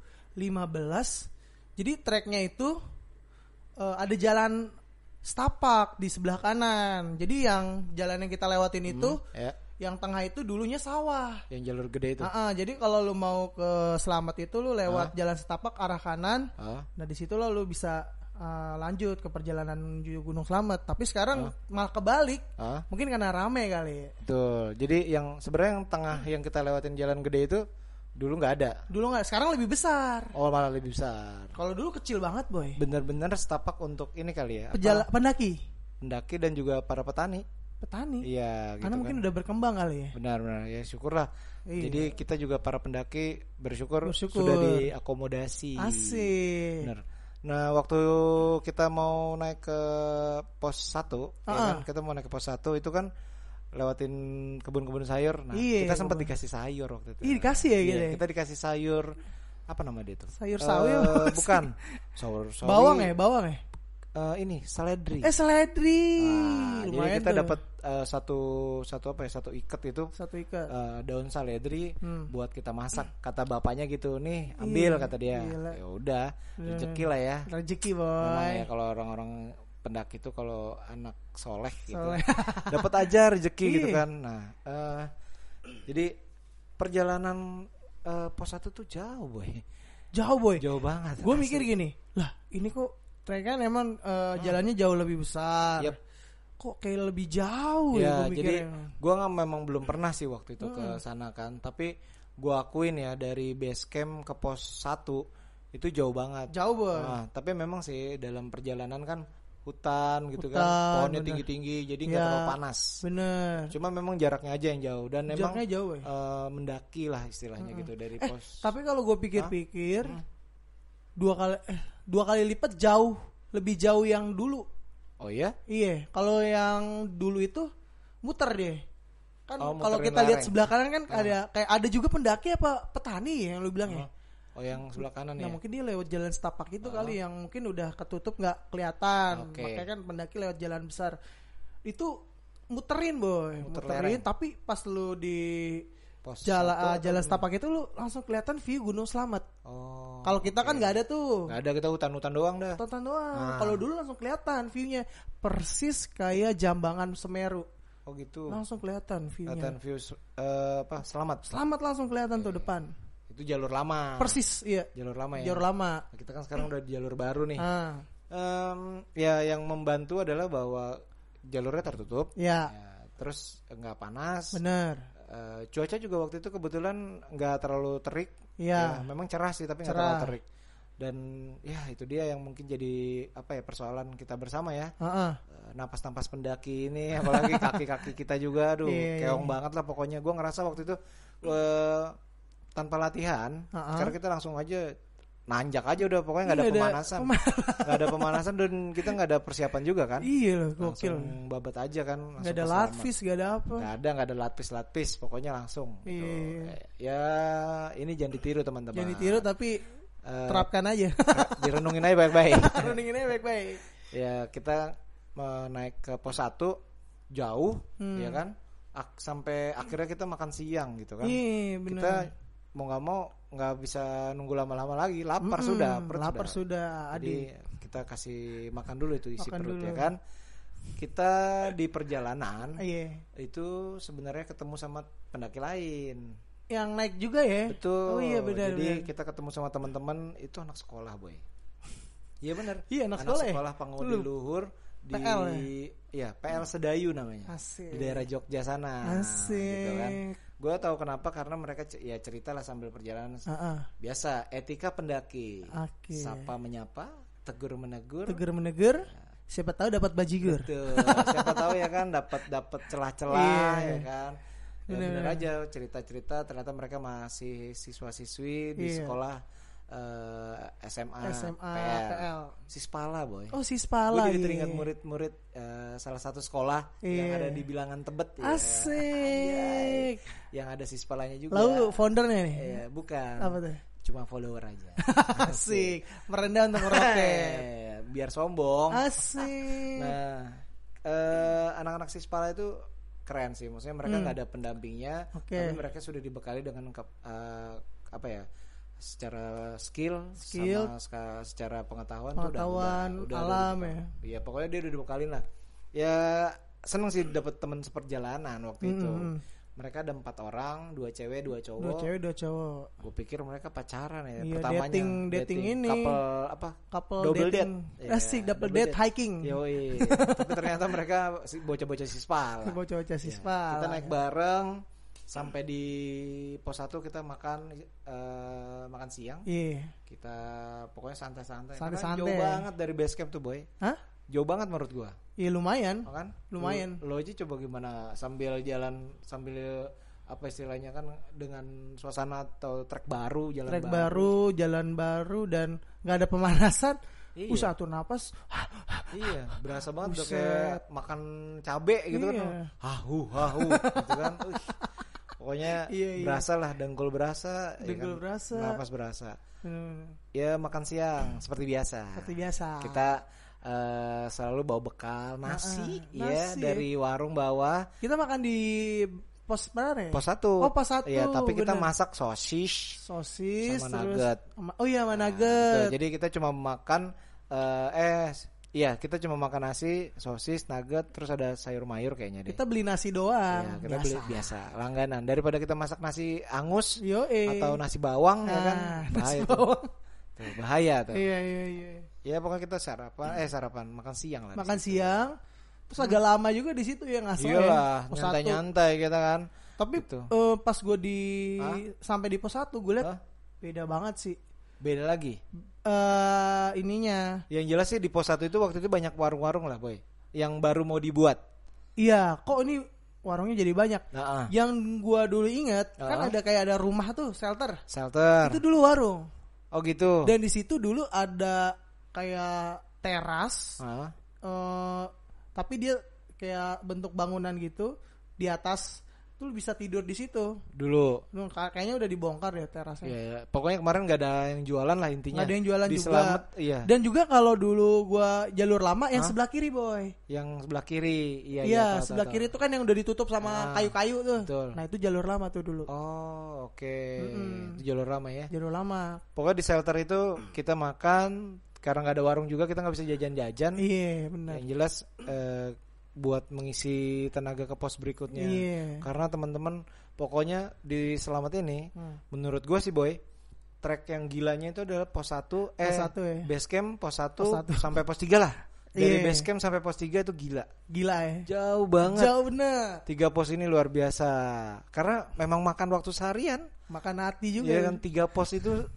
jadi treknya itu ada jalan setapak di sebelah kanan. Jadi yang jalan yang kita lewatin itu yang tengah itu dulunya sawah. Yang jalur gede itu. Jadi kalau lu mau ke Selamat itu lu lewat jalan setapak arah kanan. Nah di situ lu bisa lanjut ke perjalanan menuju Gunung Slamet. Tapi sekarang malah kebalik. Mungkin karena rame kali. Betul. Jadi yang sebenarnya yang tengah yang kita lewatin jalan gede itu dulu nggak ada. Dulu nggak. Sekarang lebih besar. Oh malah lebih besar. Kalau dulu kecil banget boy. Bener-bener setapak untuk ini kali ya. Pendaki dan juga para petani. Iya, karena gitu mungkin kan. udah berkembang kali ya. Benar ya, syukurlah. Jadi kita juga para pendaki bersyukur sudah diakomodasi. Asik. Benar. Nah, waktu kita mau naik ke pos 1, ya kan? Kita mau naik ke pos 1 itu kan lewatin kebun-kebun sayur. Nah, kita sempat dikasih sayur waktu itu. Dikasih ya gitu. Kita dikasih sayur apa nama dia itu? Sayur sawi bukan. Sayur sawi. Bawang ya? Ini seledri. Seledri. Jadi kita dapat satu ikat itu. Satu ikat. Daun seledri buat kita masak. Kata bapaknya gitu, nih ambil kata dia. Ya udah, rezeki lah ya. Rezeki boy. Memang ya kalau orang-orang pendaki itu kalau anak soleh gitu. Dapat aja rezeki gitu kan. Nah, jadi perjalanan pos 1 tuh jauh boy. Jauh banget. Gue mikir gini, lah ini kok trek kan emang jalannya jauh lebih besar. Kok kayak lebih jauh ya? Jadi gue memang belum pernah sih waktu itu ke sana kan. Tapi gue akuin ya dari base camp ke pos 1 itu jauh banget. Jauh boy. Tapi memang sih dalam perjalanan kan hutan gitu kan, pohonnya tinggi-tinggi, jadi nggak terlalu panas. Bener. Cuma memang jaraknya aja yang jauh dan memang jauh, mendaki lah istilahnya gitu dari pos. Tapi kalau gue pikir-pikir, dua kali lipat lebih jauh yang dulu. Oh iya? Iya, kalau yang dulu itu muter deh. Kan kalau kita lihat sebelah kanan kan ada juga pendaki apa petani yang lu bilang ya. Oh yang sebelah kanan ya. Nah mungkin dia lewat jalan setapak itu kali yang mungkin udah ketutup nggak kelihatan. Makanya kan pendaki lewat jalan besar. Itu muterin tapi pas lu di jalan setapak itu lu langsung kelihatan view Gunung Slamet. Kalau kita kan nggak ada tuh. Nggak ada, kita hutan-hutan doang dah. Hutan doang. Kalau dulu langsung kelihatan viewnya persis kayak Jambangan Semeru. Oh gitu. Langsung kelihatan viewnya. Kelihatan view Slamet. Slamet langsung kelihatan tuh depan. Itu jalur lama. Persis, iya. Jalur lama ya. Jalur lama. Nah, kita kan sekarang udah di jalur baru nih. Ya yang membantu adalah bahwa jalurnya tertutup. Ya, terus nggak panas. Bener. Cuaca juga waktu itu kebetulan nggak terlalu terik. Ya, memang cerah sih tapi nggak terlalu terik. Dan ya itu dia yang mungkin jadi persoalan kita bersama ya. Napas-napas pendaki ini, apalagi kaki-kaki kita juga, keong banget lah pokoknya. Gue ngerasa waktu itu tanpa latihan, karena kita langsung aja nanjak aja udah, pokoknya nggak ada pemanasan, nggak ada pemanasan dan kita nggak ada persiapan juga kan. Iya loh, gokil. Langsung babat aja kan. Nggak ada latpis, nggak ada apa. Nggak ada latpis, pokoknya langsung. Gitu. Ya ini jangan ditiru teman-teman. Jangan ditiru tapi terapkan aja. Direnungin aja baik-baik. Renungin aja baik-baik. Ya kita naik ke pos 1 jauh, ya kan. Sampai akhirnya kita makan siang gitu kan. Iya benar. Kita mau nggak mau nggak bisa nunggu lama-lama lagi, lapar sudah. Jadi kita kasih makan dulu itu isi perut dulu. Ya kan. Kita di perjalanan itu sebenarnya ketemu sama pendaki lain yang naik juga ya. Betul. Oh iya benar. Jadi kita ketemu sama teman-teman itu anak sekolah boy. Iya benar. Iya anak sekolah Pangudi Luhur di PL ya? PL Sedayu namanya. Asik. Di daerah Jogja sana. Asik. Gitu kan. Gue tahu kenapa, karena mereka cerita lah sambil perjalanan. Biasa etika pendaki. Sapa menyapa, tegur menegur. Siapa tahu dapat bajigur. Betul. Siapa tahu ya kan dapat celah-celah ya kan. Ya bener aja cerita-cerita, ternyata mereka masih siswa-siswi di sekolah SMA PL. Sispala boy. Oh Sispala. Gue jadi teringat murid-murid salah satu sekolah yang ada di Bilangan Tebet. Asik. Yang ada Sispalanya juga. Lalu foundernya nih? Bukan. Apa tuh? Cuma follower aja. Asik. Merendah untuk meroket. Biar sombong. Asik. Nah, anak-anak Sispala itu keren sih. Maksudnya mereka nggak ada pendampingnya, tapi mereka sudah dibekali dengan secara skill sama secara pengetahuan tuh udah alam ya. Iya, pokoknya dia udah dibekalin lah. Ya seneng sih dapat teman seperjalanan waktu itu. Mereka ada 4 orang, 2 cewek, 2 cowok. 2 cowok. Gue pikir mereka pacaran ya. Iya, pertamanya dating ini. Couple double date. Asik, double date hiking. Yoi. Tapi ternyata mereka bocah-bocah Sispal. Bocah-bocah Sispal. Kita naik bareng sampai di pos 1 kita makan siang. Iya. Kita pokoknya santai-santai. Santai-santai. Jauh banget dari base camp tuh, boy. Hah? Jauh banget menurut gua. Iya lumayan. Kan? Lumayan. Lo aja coba gimana sambil jalan sambil apa istilahnya kan dengan suasana atau trek baru, jalan baru dan nggak ada pemanasan. Iya. Satu napas. Iya, berasa banget udah kayak makan cabe gitu kan. Hahu gitu kan. Pokoknya berasa lah, dengkul berasa, berasa, napas berasa. Ya makan siang seperti biasa. Kita selalu bawa bekal nasi dari warung bawah. Kita makan di pos mana ya? Pos 1. Oh, pos 1. Iya, tapi kita masak sosis sama nugget. Sama nugget. Jadi kita cuma makan kita cuma makan nasi, sosis, nugget, terus ada sayur mayur kayaknya deh. Kita beli nasi doang. Iya, kita beli biasa, langganan. Daripada kita masak nasi angus atau nasi bawang ya kan. Nasi bawang. Tuh, bahaya tuh. Iya. Ya pokoknya kita sarapan, makan siang lah. Makan siang. Terus agak lama juga di situ ya ngasih. Iyalah, nyantai-nyantai kita kan. Tapi pas gue sampai di pos 1 gue liat beda banget sih. Beda lagi. Ininya. Yang jelas sih di pos 1 itu waktu itu banyak warung-warung lah, boy. Yang baru mau dibuat. Iya, kok ini warungnya jadi banyak. Yang gue dulu ingat kan ada rumah tuh, shelter. Itu dulu warung. Oh gitu. Dan di situ dulu ada kayak teras, tapi dia kayak bentuk bangunan gitu. Di atas tuh bisa tidur di situ dulu. Kayaknya udah dibongkar ya terasnya. Iya. Pokoknya kemarin nggak ada yang jualan lah intinya. Nggak ada yang jualan di juga. Selamet, iya. Dan juga kalau dulu gua jalur lama yang sebelah kiri boy. Yang sebelah kiri, iya. Sebelah kiri itu kan yang udah ditutup sama kayu-kayu tuh. Betul. Nah itu jalur lama tuh dulu. Oh oke. Itu jalur lama ya. Jalur lama. Pokoknya di shelter itu kita makan. Karena nggak ada warung juga kita nggak bisa jajan-jajan. Iya benar. Yang jelas buat mengisi tenaga ke pos berikutnya. Karena teman-teman pokoknya di Selamat ini menurut gue sih boy, trek yang gilanya itu adalah pos 1 base camp pos 1 sampai pos 3 lah. Dari base camp sampai pos 3 itu gila ya. Jauh banget. Jauh bener. 3 pos ini luar biasa. Karena memang makan waktu seharian, makan hati juga. Ya kan 3 pos itu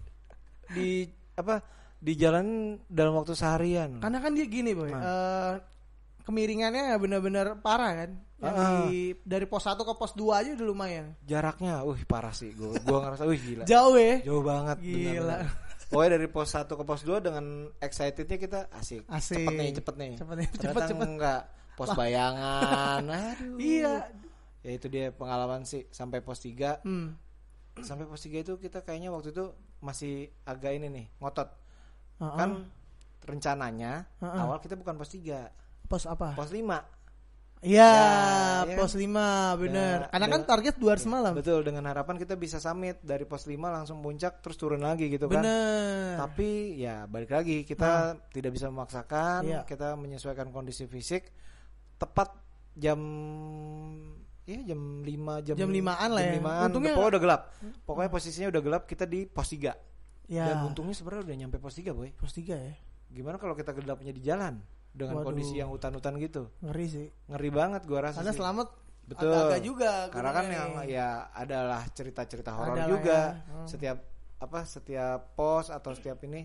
di jalan dalam waktu seharian. Karena kan dia gini boy, kemiringannya benar-benar parah kan. Dari pos 1 ke pos 2 aja udah lumayan. Jaraknya, parah sih. Gua ngerasa, gila. Jauh ya. Jauh banget. Gila. Benar-benar. Pokoknya dari pos 1 ke pos 2 dengan excitednya kita asik. Cepet nih. Cepet. Enggak pos bayangan. Aduh. Iya. Ya itu dia pengalaman sih sampai pos 3. Sampai pos 3 itu kita kayaknya waktu itu masih agak ini nih, ngotot. Kan rencananya awal kita bukan pos 3. Pos apa? Pos 5. Iya, pos 5 bener. Karena kan target 2 hari semalam. Betul, dengan harapan kita bisa summit dari pos 5 langsung puncak terus turun lagi gitu kan. Bener. Tapi ya balik lagi kita tidak bisa memaksakan, kita menyesuaikan kondisi fisik. Tepat jam 5 jam 5-an lah ya. Untungnya pokoknya udah gelap. Pokoknya posisinya udah gelap, kita di pos 3. Dan untungnya sebenarnya udah nyampe pos 3 boy. Pos 3 ya. Gimana kalau kita gelapnya di jalan dengan kondisi yang hutan-hutan gitu? Ngeri sih. Ngeri banget gua rasa. Karena sih. Selamat betul. agak juga. Karena kan yang adalah cerita-cerita horor juga. Ya. Setiap pos atau setiap ini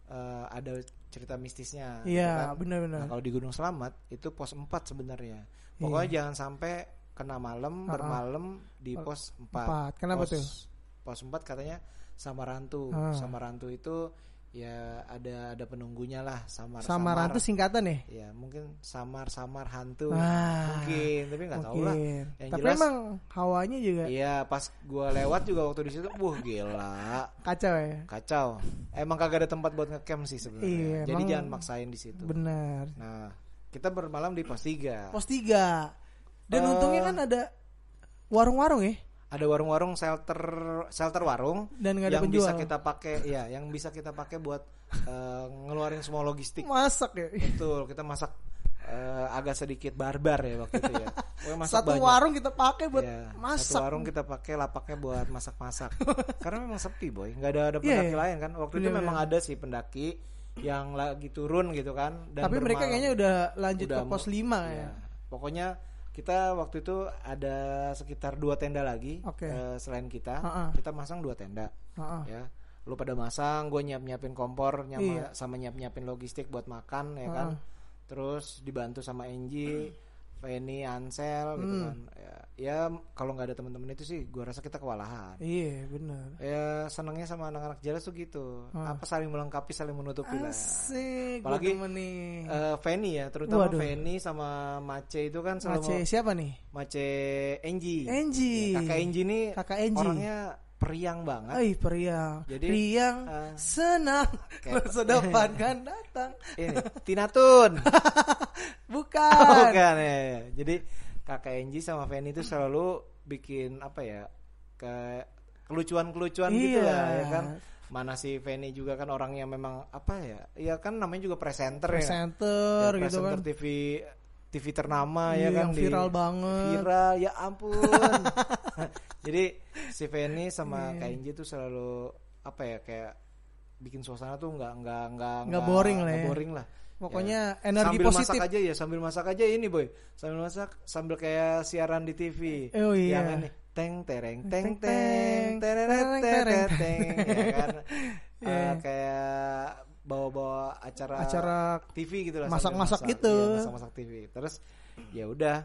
ada cerita mistisnya. Iya, kan? benar-benar. Nah, kalau di Gunung Selamat itu pos 4 sebenarnya. Pokoknya jangan sampai kena bermalam di pos 4. Kenapa tuh? Pos 4 katanya Samarantu. Samarantu itu ya ada penunggunya lah. Samarantu singkatan ya? Ya mungkin samar hantu. Mungkin tapi nggak tahu lah. Yang tapi jelas, emang hawanya juga. Iya pas gua lewat juga waktu di situ, gila. Kacau ya. Kacau. Emang kagak ada tempat buat ngecamp sih sebenarnya. Iya, jadi jangan maksain di situ. Benar. Nah kita bermalam di pos 3. Pos 3. Dan untungnya kan ada warung-warung ya. Ada warung-warung shelter warung dan gak ada yang penjual. bisa kita pakai yang bisa kita pakai buat ngeluarin semua logistik. Masak ya. Betul, kita masak agak sedikit barbar ya waktu itu ya. Masak satu banyak. Warung kita pakai buat masak. Satu warung kita pakai lapaknya buat masak-masak. Karena memang sepi boy, nggak ada pendaki lain kan. Waktu itu memang ada sih pendaki yang lagi turun gitu kan. Dan tapi mereka kayaknya udah lanjut ke pos 5 ya. Pokoknya kita waktu itu ada sekitar 2 tenda lagi. Selain kita masang 2 tenda. Ya, lu pada masang, gue nyiapin kompor, sama nyiapin logistik buat makan ya kan. Terus dibantu sama Angie, Feni, Ansel gitu kan. Ya kalau nggak ada teman-teman itu sih, gue rasa kita kewalahan. Iya benar. Ya senangnya sama anak-anak Jalas tuh gitu. Saling melengkapi, saling menutupi lah. Asik. Apalagi Feni ya, terutama Feni sama Mace itu kan selalu. Mace siapa nih? Mace Angie. Ya, kakak Angie nih orangnya periang banget. Periang. Jadi riang, senang, masa depan kan datang. Ini Tinatun. Bukan ya. Jadi kakak Angie sama Feni itu selalu bikin kelucuan-kelucuan gitu lah ya kan. Mana si Feni juga kan orangnya memang ya kan namanya juga presenter gitu presenter kan. TV ternama ya kan, viral banget. Viral ya ampun. Jadi si Feni sama Kak Angie tuh selalu kayak bikin suasana tuh nggak boring lah. ya. Pokoknya energi sambil positif. Sambil masak aja ini boy. Sambil masak sambil kayak siaran di TV. Oh iya. Yang ini teng tereng teng teng tereng ya kan. Kayak bawa-bawa acara TV gitu lah. Masak-masak gitu. Iya, masak TV. Terus ya udah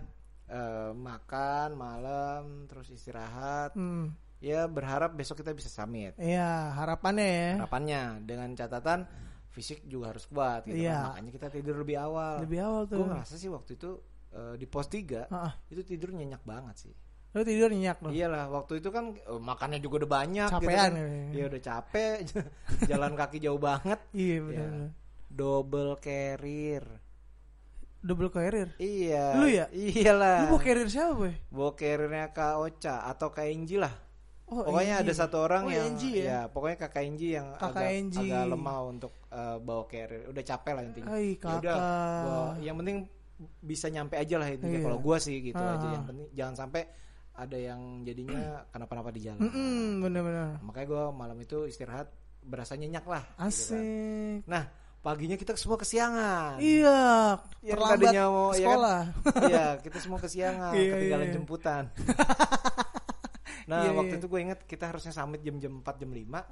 makan malam terus istirahat. Ya berharap besok kita bisa summit. Iya, harapannya ya. Harapannya dengan catatan fisik juga harus kuat gitu kan. Makanya kita tidur lebih awal. Lebih awal tuh. Gue ngerasa sih waktu itu di pos 3 itu tidur nyenyak banget sih. Lu tidur nyenyak loh. Iyalah, waktu itu kan makannya juga udah banyak capean gitu kan. Ya. Iya udah capek, jalan kaki jauh banget. Iya benar. Ya. Double carrier. Double carrier? Iya. Lu ya? Iyalah. Lu bawa carrier siapa, Boy? Bawa carriernya Kak Ocha atau Kak Enji lah. Oh, pokoknya Enji. ada satu orang yang Enji ya? pokoknya Kakak Enji yang agak lemah untuk bawa carrier. Udah capek lah intinya. Hai, Kakak. Yaudah, yang penting bisa nyampe aja lah intinya. Kalau gua sih gitu aja. Yang penting jangan sampai ada yang jadinya kenapa-napa di jalan. Bener-bener. Makanya gua malam itu istirahat berasa nyenyak lah. Asik. Gitu kan. Nah, paginya kita semua kesiangan. Iya. Yang terlambat tadinya mau sekolah. Ya kan? Iya, kita semua kesiangan, ketinggalan jemputan. Nah, waktu itu gue inget kita harusnya summit jam 4 jam 5.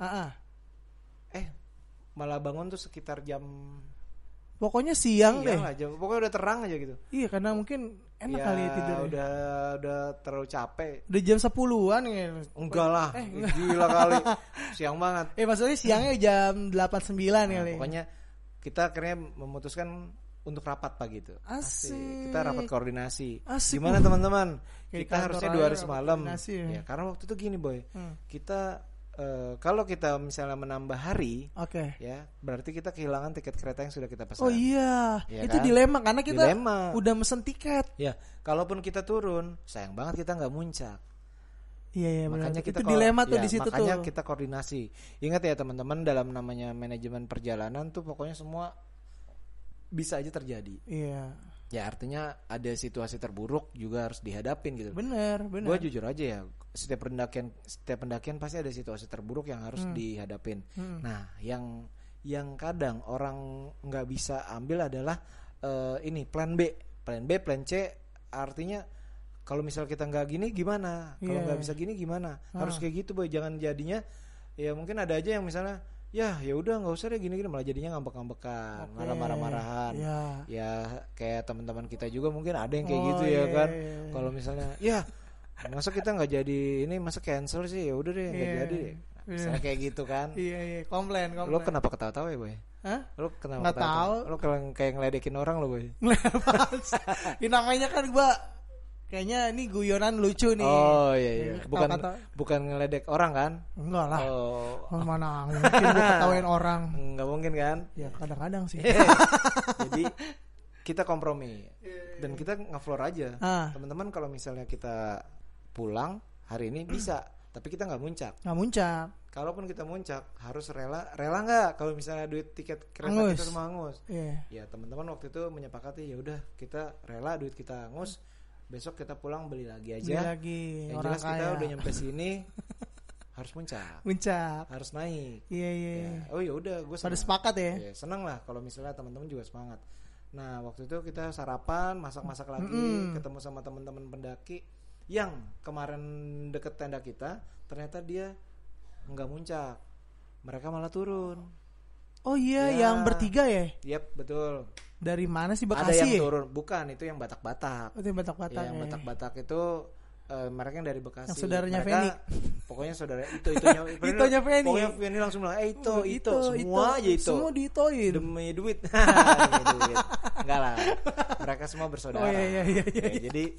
Malah bangun tuh sekitar jam pokoknya siang deh. Lah, pokoknya udah terang aja gitu. Iya, karena mungkin enak kali tidur. Udah terlalu capek. Udah jam 10-an ya. Enggak lah. Gila kali. Siang banget. Maksudnya siangnya jam 8-9 kali. Pokoknya kita akhirnya memutuskan untuk rapat pagi itu. Asik. Kita rapat koordinasi. Asik. Gimana teman-teman? Kayak Kita harusnya 2 hari semalam. Ya, karena waktu itu gini, Boy. Kita kalau kita misalnya menambah hari, ya berarti kita kehilangan tiket kereta yang sudah kita pesan. Oh iya, ya itu kan? dilema karena kita udah mesen tiket. Ya, kalaupun kita turun, sayang banget kita nggak muncak. Iya, makanya kita itu dilema tuh di situ tuh. Makanya kita koordinasi. Ingat ya teman-teman, dalam namanya manajemen perjalanan tuh pokoknya semua bisa aja terjadi. Iya. Ya artinya ada situasi terburuk juga harus dihadapin gitu. Bener. Gue jujur aja ya, setiap pendakian pasti ada situasi terburuk yang harus dihadapin. Nah, yang kadang orang nggak bisa ambil adalah ini plan B, plan C. Artinya kalau misal kita nggak gini gimana? Kalau nggak bisa gini gimana? Harus kayak gitu, Boy. Jangan jadinya ya mungkin ada aja yang misalnya ya udah nggak usah deh gini malah jadinya ngambek-ngambekan, malah marah-marahan. Ya kayak teman-teman kita juga mungkin ada yang kayak gitu ya kan. Kalau misalnya ya masa kita nggak jadi ini, masa cancel sih, ya udah deh nggak jadi deh. Misalnya kayak gitu kan. Iya, komplain. Lo kenapa ketawa-tawa ya, Boy? Hah? Lo kenapa nggak tahu? Lo kayak ngeledekin orang lo, Boy. Ini namanya kan gua kayaknya ini guyonan lucu nih. Oh iya. Bukan ngeledek orang kan? Enggak lah. Mana mungkin gue ketawain orang. Enggak mungkin kan? Ya kadang-kadang sih. Jadi kita kompromi dan kita ngefloor aja. Teman-teman kalau misalnya kita pulang hari ini bisa, tapi kita nggak muncak. Kalaupun kita muncak harus rela nggak? Kalau misalnya duit tiket kereta kita semua hangus. Ya teman-teman waktu itu menyepakati ya udah kita rela duit kita hangus. Besok kita pulang beli lagi aja. Yang jelas kita udah nyampe sini harus muncak. Harus naik. Iya. Ya. Oh ya udah, gue pada sepakat ya. Senang lah kalau misalnya teman-teman juga semangat. Nah waktu itu kita sarapan, masak lagi, ketemu sama teman-teman pendaki yang kemarin deket tenda kita, ternyata dia nggak muncak, mereka malah turun. Oh iya, yang bertiga ya? Yap, betul. Dari mana sih, Bekasi? Ada yang turun, bukan, itu yang Batak-Batak. Itu yang Batak-Batak. Yang Batak-Batak itu mereka yang dari Bekasi. Yang saudaranya Feni. Pokoknya saudara itonya Feni. Pokoknya Feni langsung bilang, itu semua aja itu. Semua diitoin. Demi duit. Enggak lah. Mereka semua bersaudara. Oh iya. Jadi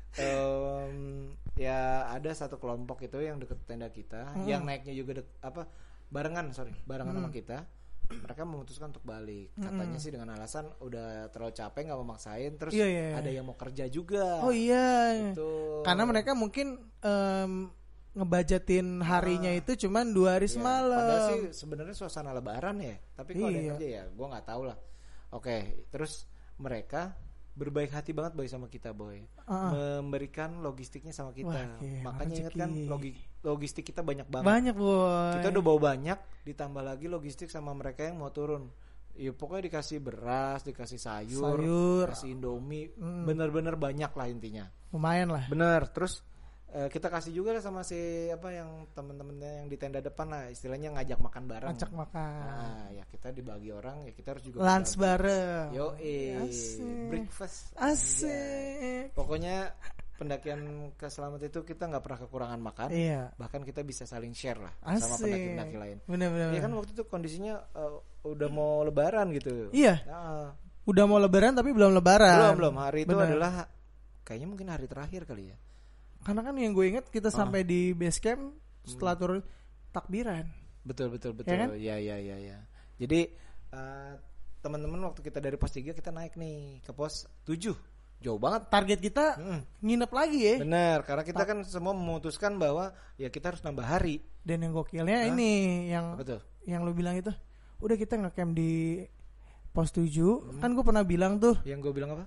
ya ada satu kelompok itu yang deket tenda kita, yang naiknya juga barengan sama kita. Mereka memutuskan untuk balik. Katanya sih dengan alasan udah terlalu capek, nggak mau maksain. Terus ada yang mau kerja juga. Oh iya. Gitu. Karena mereka mungkin ngebajetin harinya itu cuman 2 hari semalam. Padahal sih sebenarnya suasana Lebaran ya. Tapi kalau ada yang kerja ya, gue nggak tahu lah. Oke, terus mereka berbaik hati banget Boy sama kita, Boy. Memberikan logistiknya sama kita. Makanya ingat kan logistik kita banyak banget. Banyak, Boy. Kita udah bawa banyak, ditambah lagi logistik sama mereka yang mau turun. Ya pokoknya dikasih beras, dikasih sayur, kasih Indomie, bener-bener banyak lah intinya. Lumayan lah. Bener. Terus kita kasih juga lah sama si yang teman-temannya yang di tenda depan lah, istilahnya ngajak makan bareng. Ngajak makan. Nah, ya kita dibagi orang, ya kita harus juga lunch bareng. Breakfast. Asik. Pokoknya pendakian ke Slamet itu kita nggak pernah kekurangan makan. Iya. Bahkan kita bisa saling share lah sama pendaki-pendaki lain. Benar-benar. Ya kan waktu itu kondisinya udah mau Lebaran gitu. Iya. Udah mau Lebaran tapi belum Lebaran. Belum. Hari itu adalah kayaknya mungkin hari terakhir kali ya. Karena kan yang gue inget kita sampai di base camp setelah turun takbiran. Betul. Ya kan? Ya. Jadi teman-teman waktu kita dari pos 3 kita naik nih ke pos 7. Jauh banget. Target kita nginep lagi ya. Bener, karena kita kan semua memutuskan bahwa ya kita harus nambah hari. Dan yang gokilnya ini yang Betul. yang lu bilang itu, udah kita nge-camp di pos 7. Kan gue pernah bilang tuh. Yang gue bilang apa?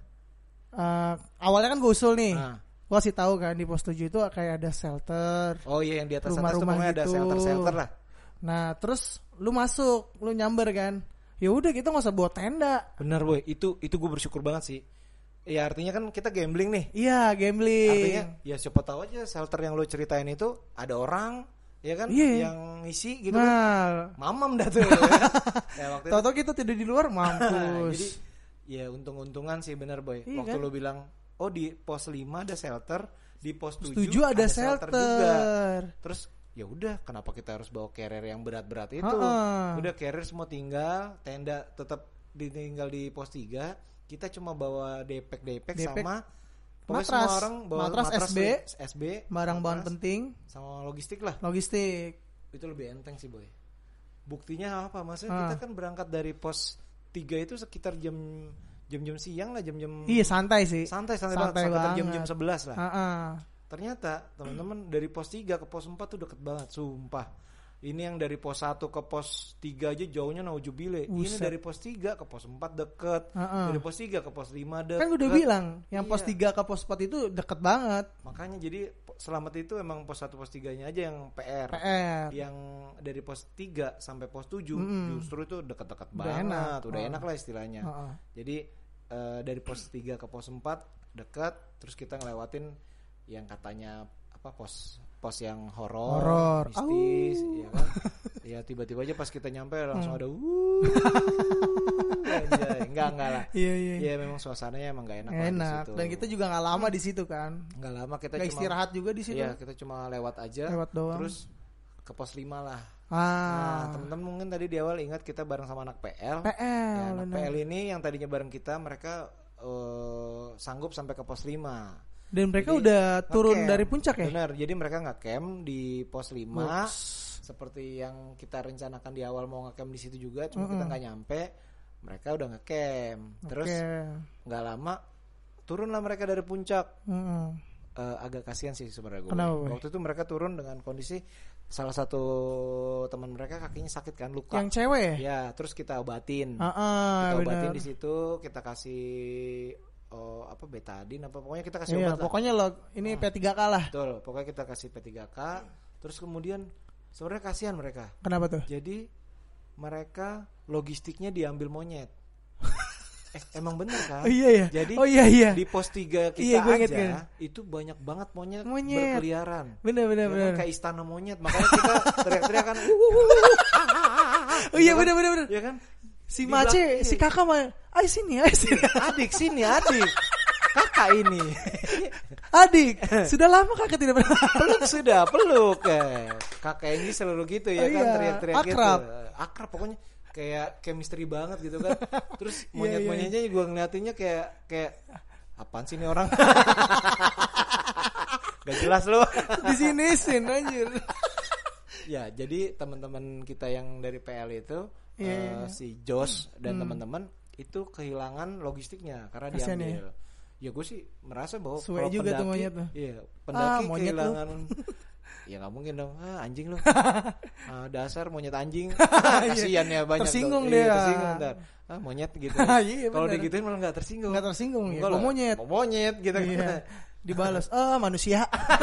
Awalnya kan gue usul nih. Gue kasih tahu kan di pos 7 itu kayak ada shelter. Oh iya, yang di atas rumah-rumah pokoknya gitu. ada shelter lah. Nah, terus lu masuk, lu nyamber kan. Ya udah kita nggak usah bawa tenda. Bener boy, itu gue bersyukur banget sih. Ya artinya kan kita gambling nih. Iya, gambling. Artinya ya siapa tahu aja shelter yang lo ceritain itu ada orang, ya kan, yang ngisi gitu kan. Mamam dah tuh. Ya, waktu tahu-tahu kita tidur di luar mampus. Jadi ya untung-untungan sih bener boy. Iya, waktu kan? lo bilang, oh di pos 5 ada shelter, di pos 7 ada shelter juga. Terus ya udah, kenapa kita harus bawa carrier yang berat-berat itu? Udah carrier semua tinggal, tenda tetap ditinggal di pos 3. Kita cuma bawa depek sama matras, semua orang bawa matras SB, barang-barang penting sama logistik lah. Logistik. Itu lebih enteng sih boy. Buktinya apa? Maksudnya kita kan berangkat dari pos 3 itu sekitar jam siang lah, jam-jam. Iya, santai sih. Santai banget. Sekitar jam 11 lah. Ternyata teman-teman dari pos 3 ke pos 4 tuh deket banget, sumpah. Ini yang dari pos 1 ke pos 3 aja jauhnya naujubile. Ini dari pos 3 ke pos 4 deket. Dari pos 3 ke pos 5 deket. Kan gue udah bilang, yang pos 3 ke pos 4 itu deket banget. Makanya jadi Selamat itu emang pos 1 pos 3-nya aja yang PR. Yang dari pos 3 sampai pos 7 justru itu dekat-dekat banget. Udah enak lah istilahnya. Jadi dari pos 3 ke pos 4 dekat, terus kita ngelewatin yang katanya apa pos yang horor, mistis, ya kan? Ya tiba-tiba aja pas kita nyampe langsung ada anjay, enggak lah. Iya, memang suasananya emang enggak enak lah di situ. Dan kita juga enggak lama di situ kan. Enggak lama, kita cuma istirahat juga di situ. Iya, kita cuma lewat aja. Lewat doang. Terus ke pos 5 lah. Nah, teman-teman mungkin tadi di awal ingat kita bareng sama anak PL. Ya, anak PL ini yang tadinya bareng kita, mereka sanggup sampai ke pos 5. Dan mereka udah turun dari puncak ya? Benar, jadi mereka nge-camp di pos 5 seperti yang kita rencanakan di awal mau nge-camp di situ juga, cuma kita nggak nyampe. Mereka udah nge-camp. Terus nggak lama turunlah mereka dari puncak. Agak kasihan sih sebenarnya gue. Waktu itu mereka turun dengan kondisi salah satu teman mereka kakinya sakit kan, luka. Yang cewek ya? Ya, terus kita obatin. Kita obatin di situ, kita kasih betadin apa pokoknya kita kasih obat lah. Pokoknya ini P3K lah. Betul, pokoknya kita kasih P3K. Terus kemudian sebenarnya kasihan mereka. Kenapa tuh? Jadi mereka logistiknya diambil monyet. Emang bener kan? Iya. Jadi di pos 3 kita aja itu banyak banget monyet berkeliaran. Bener. Kayak istana monyet, makanya kita teriak-teriak kan. Bener. Iya kan? Si Mace, si kakak mah, ayo sini. Adik sini, adik. Kakak ini. Adik, sudah lama kakak tidak pernah. Peluk. Kakak ini selalu gitu ya kan, teriak-teriak gitu. Akrab pokoknya kayak chemistry banget gitu kan. Terus monyet-monyetnya gue ngeliatinnya kayak apaan sih ini orang? Gak jelas loh. Di sini anjir. Ya, jadi teman-teman kita yang dari PL itu si Jos dan teman-teman itu kehilangan logistiknya karena diambil. Ya gue sih merasa bahwa kalau juga pendaki, pendaki kehilangan. Ya nggak mungkin dong, anjing lo. Dasar monyet anjing. Kasian ya banyak. Tersinggung dia. Tersinggung ntar. Monyet gitu. Kalau digituin malah nggak tersinggung. Nggak tersinggung ya. Mau monyet gitu. Dibalas, manusia.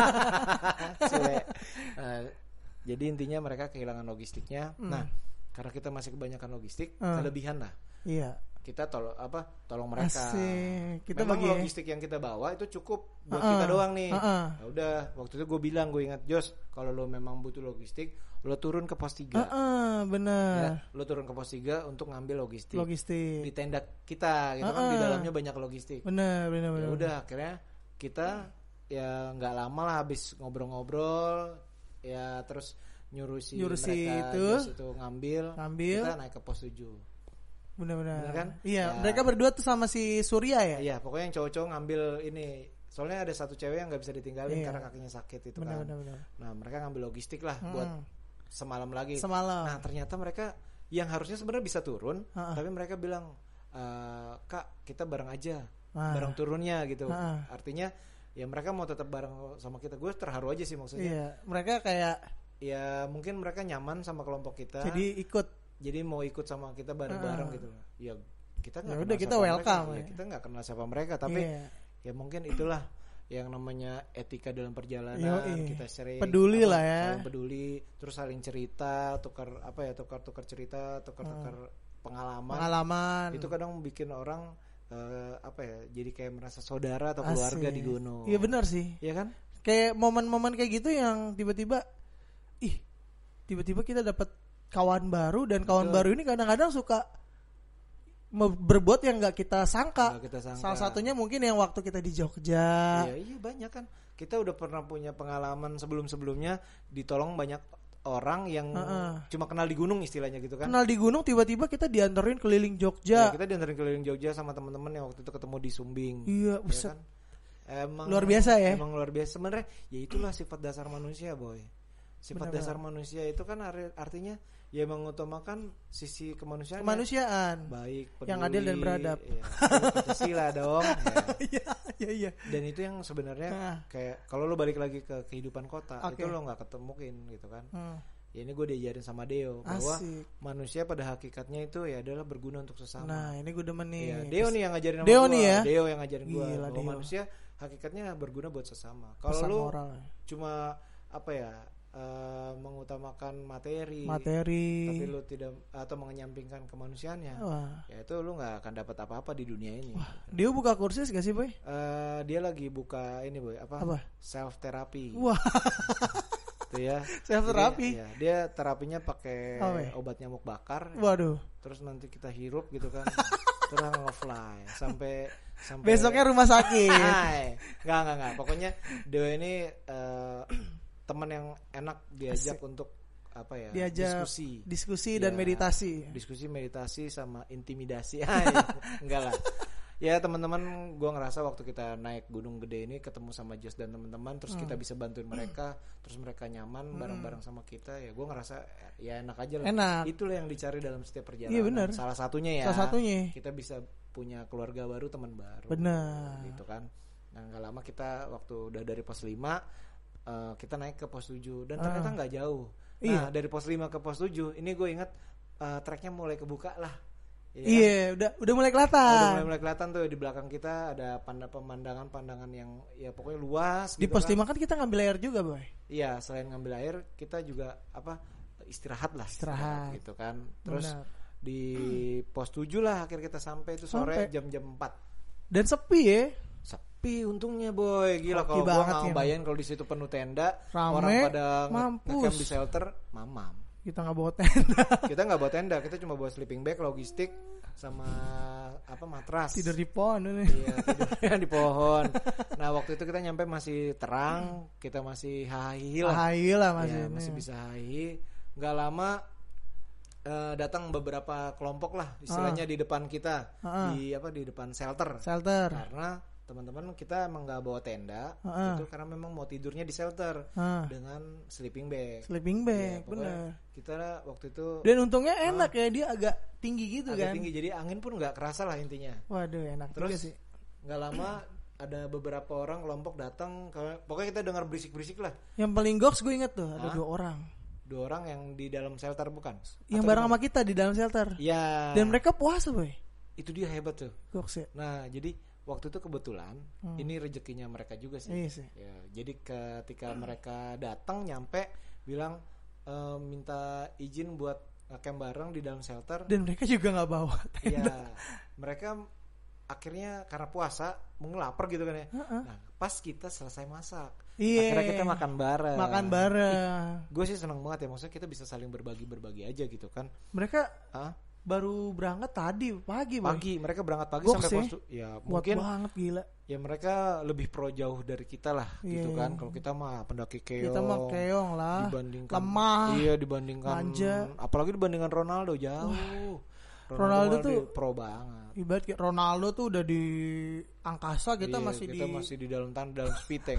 Jadi intinya mereka kehilangan logistiknya. Nah, karena kita masih kebanyakan logistik, kelebihan lah. Iya. Kita tolong mereka. Asik. Kita memang logistik yang kita bawa itu cukup buat kita doang nih. Ya udah, waktu itu gue bilang, gue ingat Jos, kalau lo memang butuh logistik, lo turun ke pos 3. Benar. Ya, lo turun ke pos 3 untuk ngambil logistik. Di tenda kita, gitu kan di dalamnya banyak logistik. Benar. Ya udah, akhirnya kita ya nggak lama lah habis ngobrol-ngobrol, ya terus nyurusi mereka itu ngambil, kita naik ke pos 7. Benar kan? Iya, mereka berdua tuh sama si Surya ya? Iya, pokoknya yang cowok-cowok ngambil ini Soalnya ada satu cewek yang nggak bisa ditinggalin karena kakinya sakit itu kan. Benar. Nah mereka ngambil logistik lah buat semalam lagi. Nah ternyata mereka yang harusnya sebenarnya bisa turun, tapi mereka bilang, Kak kita bareng aja, bareng turunnya gitu. Artinya ya mereka mau tetap bareng sama kita. Gue terharu aja sih maksudnya. Iya, mereka kayak ya mungkin mereka nyaman sama kelompok kita. Jadi mau ikut sama kita bareng-bareng gitu. Ya kita nggak kenal kita siapa welcome. Mereka. Ya kita nggak kenal siapa mereka, tapi ya mungkin itulah yang namanya etika dalam perjalanan. Kita sering peduli lah ya. Saling peduli, terus saling cerita, tukar cerita, tukar pengalaman. Itu kadang bikin orang jadi kayak merasa saudara atau keluarga di gunung. Iya benar sih. Iya kan? Kayak momen-momen kayak gitu yang tiba-tiba kita dapat kawan baru, dan kawan baru ini kadang-kadang suka berbuat yang nggak kita sangka. Salah satunya mungkin yang waktu kita di Jogja. Iya banyak kan. Kita udah pernah punya pengalaman sebelumnya ditolong banyak orang yang cuma kenal di gunung istilahnya gitu kan. Kenal di gunung, tiba-tiba kita dianterin keliling Jogja. Ya, kita dianterin keliling Jogja sama teman-teman yang waktu itu ketemu di Sumbing. Iya, ya kan? Emang luar biasa ya. Emang luar biasa sebenarnya. Ya itulah sifat dasar manusia, boy. Sifat dasar manusia itu kan artinya ya mengutamakan sisi kemanusiaan. Baik, peduli, yang adil dan beradab. Ya, Pancasila dong. Iya. Dan itu yang sebenarnya kayak kalau lo balik lagi ke kehidupan kota, itu lo nggak ketemuin gitu kan. Ya ini gue diajarin sama Deo bahwa manusia pada hakikatnya itu ya adalah berguna untuk sesama. Nah ini gue demen nih. Ya, Deo nih yang ngajarin sama gue. Deo yang ngajarin gue bahwa manusia hakikatnya berguna buat sesama. Kalau lo cuma mengutamakan materi, tapi lu tidak atau mengenyampingkan kemanusiaannya, ya itu lu nggak akan dapat apa-apa di dunia ini. Dia buka kursus gak sih, Boy? Dia lagi buka ini, Boy, apa? Self therapy. Wah. Itu ya. Self therapy. Ya, dia terapinya pakai obat nyamuk bakar. Waduh. Terus nanti kita hirup gitu kan. Terus nge-fly sampai besoknya rumah sakit. Enggak. Pokoknya dia ini teman yang enak diajak untuk diskusi dan meditasi. Diskusi, meditasi sama intimidasi. Enggak lah. Ya teman-teman, gue ngerasa waktu kita naik Gunung Gede ini ketemu sama Jos dan teman-teman, terus kita bisa bantuin mereka, terus mereka nyaman bareng-bareng sama kita, ya gue ngerasa ya enak aja lah. Itulah yang dicari dalam setiap perjalanan. Iya, bener. Salah satunya kita bisa punya keluarga baru, teman baru. Benar. Gitu kan. Nah nggak lama kita waktu udah dari pos 5 kita naik ke pos 7 dan ternyata nggak jauh. Nah dari pos 5 ke pos 7 ini gue ingat treknya mulai kebuka lah. Udah mulai kelihatan. Udah mulai kelihatan tuh di belakang kita ada pandangan yang ya pokoknya luas. Di pos 5 kan kita ngambil air juga, Boy. Iya, selain ngambil air kita juga istirahat gitu kan. Terus di pos 7 lah akhir kita sampai itu sore jam 4. Dan sepi ya. Sepi untungnya, Boy. Gila kalau gua enggak bayangin kalau di situ penuh tenda, orang pada ngecamp di shelter, mamam. Kita enggak bawa tenda. Kita cuma bawa sleeping bag, logistik sama matras. Tidur di pohon ini. Iya, tidur di pohon. Nah, waktu itu kita nyampe masih terang, kita masih hahi lah. Masih bisa hahi. Enggak lama datang beberapa kelompok lah istilahnya di depan kita di depan shelter. Karena teman-teman kita emang nggak bawa tenda itu karena memang mau tidurnya di shelter dengan sleeping bag ya, benar. Kita waktu itu dan untungnya enak ya, dia agak tinggi gitu agak tinggi, jadi angin pun nggak kerasa lah intinya. Waduh, enak. Terus juga sih. Nggak lama ada beberapa orang kelompok datang, pokoknya kita dengar berisik-berisik lah. Yang paling goks gue inget tuh ada 2 orang. 2 orang yang di dalam shelter bukan? Yang bareng sama kita di dalam shelter. Iya. Dan mereka puasa, Boy. Itu dia hebat tuh. Goks ya. Nah, jadi waktu itu kebetulan ini rezekinya mereka juga sih. Iya sih. Ya, jadi ketika mereka datang nyampe bilang minta izin buat ngecamp bareng di dalam shelter. Dan mereka juga nggak bawa tenda. Iya. Mereka akhirnya karena puasa mungkin lapar gitu kan ya. Nah, pas kita selesai masak, akhirnya kita makan bareng. Gue sih seneng banget ya, maksudnya kita bisa saling berbagi aja gitu kan. Mereka baru berangkat tadi pagi. Mereka berangkat pagi Goks sampai pos ya mungkin banget, gila. Ya mereka lebih pro jauh dari kita lah gitu kan. Kalau kita mah pendaki keong. Kita mah keong lah. Dibandingkan lemah. Iya, dibandingkan manja. Apalagi dibandingkan Ronaldo jauh. Ronaldo tuh pro banget. Ibarat kayak Ronaldo tuh udah di angkasa, kita masih di dalam speed tank.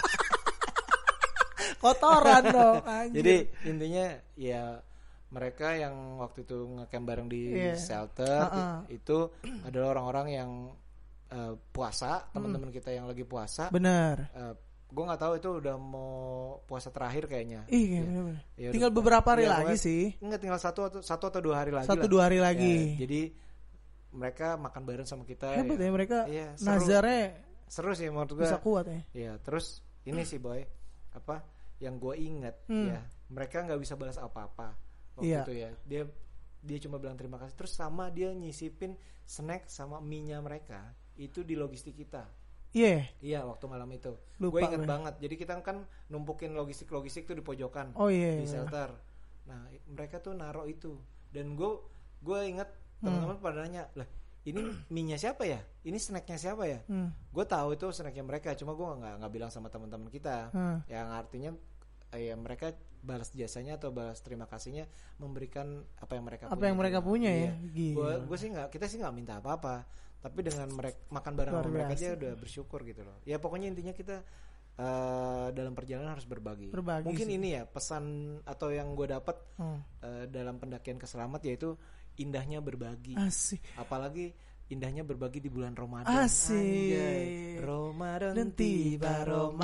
Kotoran dong. Anjir. Jadi intinya ya mereka yang waktu itu ngecamp bareng di shelter itu adalah orang-orang yang puasa, teman-teman kita yang lagi puasa. Benar. Gue nggak tahu itu udah mau puasa terakhir kayaknya. Iya, ya, tinggal beberapa hari lagi sih. Enggak, tinggal satu atau 2 hari lagi. 1-2 hari lagi. Ya, jadi mereka makan bareng sama kita. Hebat ya mereka. Nazarnya seru sih menurut gue. Bisa kuat ya. Iya, terus ini sih boy, apa yang gue inget ya, mereka nggak bisa balas apa-apa waktu itu ya. Dia cuma bilang terima kasih. Terus sama dia nyisipin snack sama mie-nya mereka itu di logistik kita. Iya, waktu malam itu. Gue inget banget. Jadi kita kan numpukin logistik tuh di pojokan di shelter. Nah, mereka tuh naruh itu. Dan gue inget teman-teman pada nanya, lah ini mie-nya siapa ya? Ini snacknya siapa ya? Gue tahu itu snacknya mereka. Cuma gue nggak bilang sama teman-teman kita. Yang artinya ya mereka balas jasanya atau balas terima kasihnya memberikan apa yang mereka punya. Ya. Kita sih nggak minta apa-apa. Tapi dengan mereka makan bareng sama mereka aja udah bersyukur gitu loh. Ya pokoknya intinya kita dalam perjalanan harus berbagi. Mungkin sih. Ini ya pesan atau yang gue dapat dalam pendakian ke Slamet yaitu indahnya berbagi. Asik. Apalagi indahnya berbagi di bulan Ramadan. Asik. Ramadan tiba,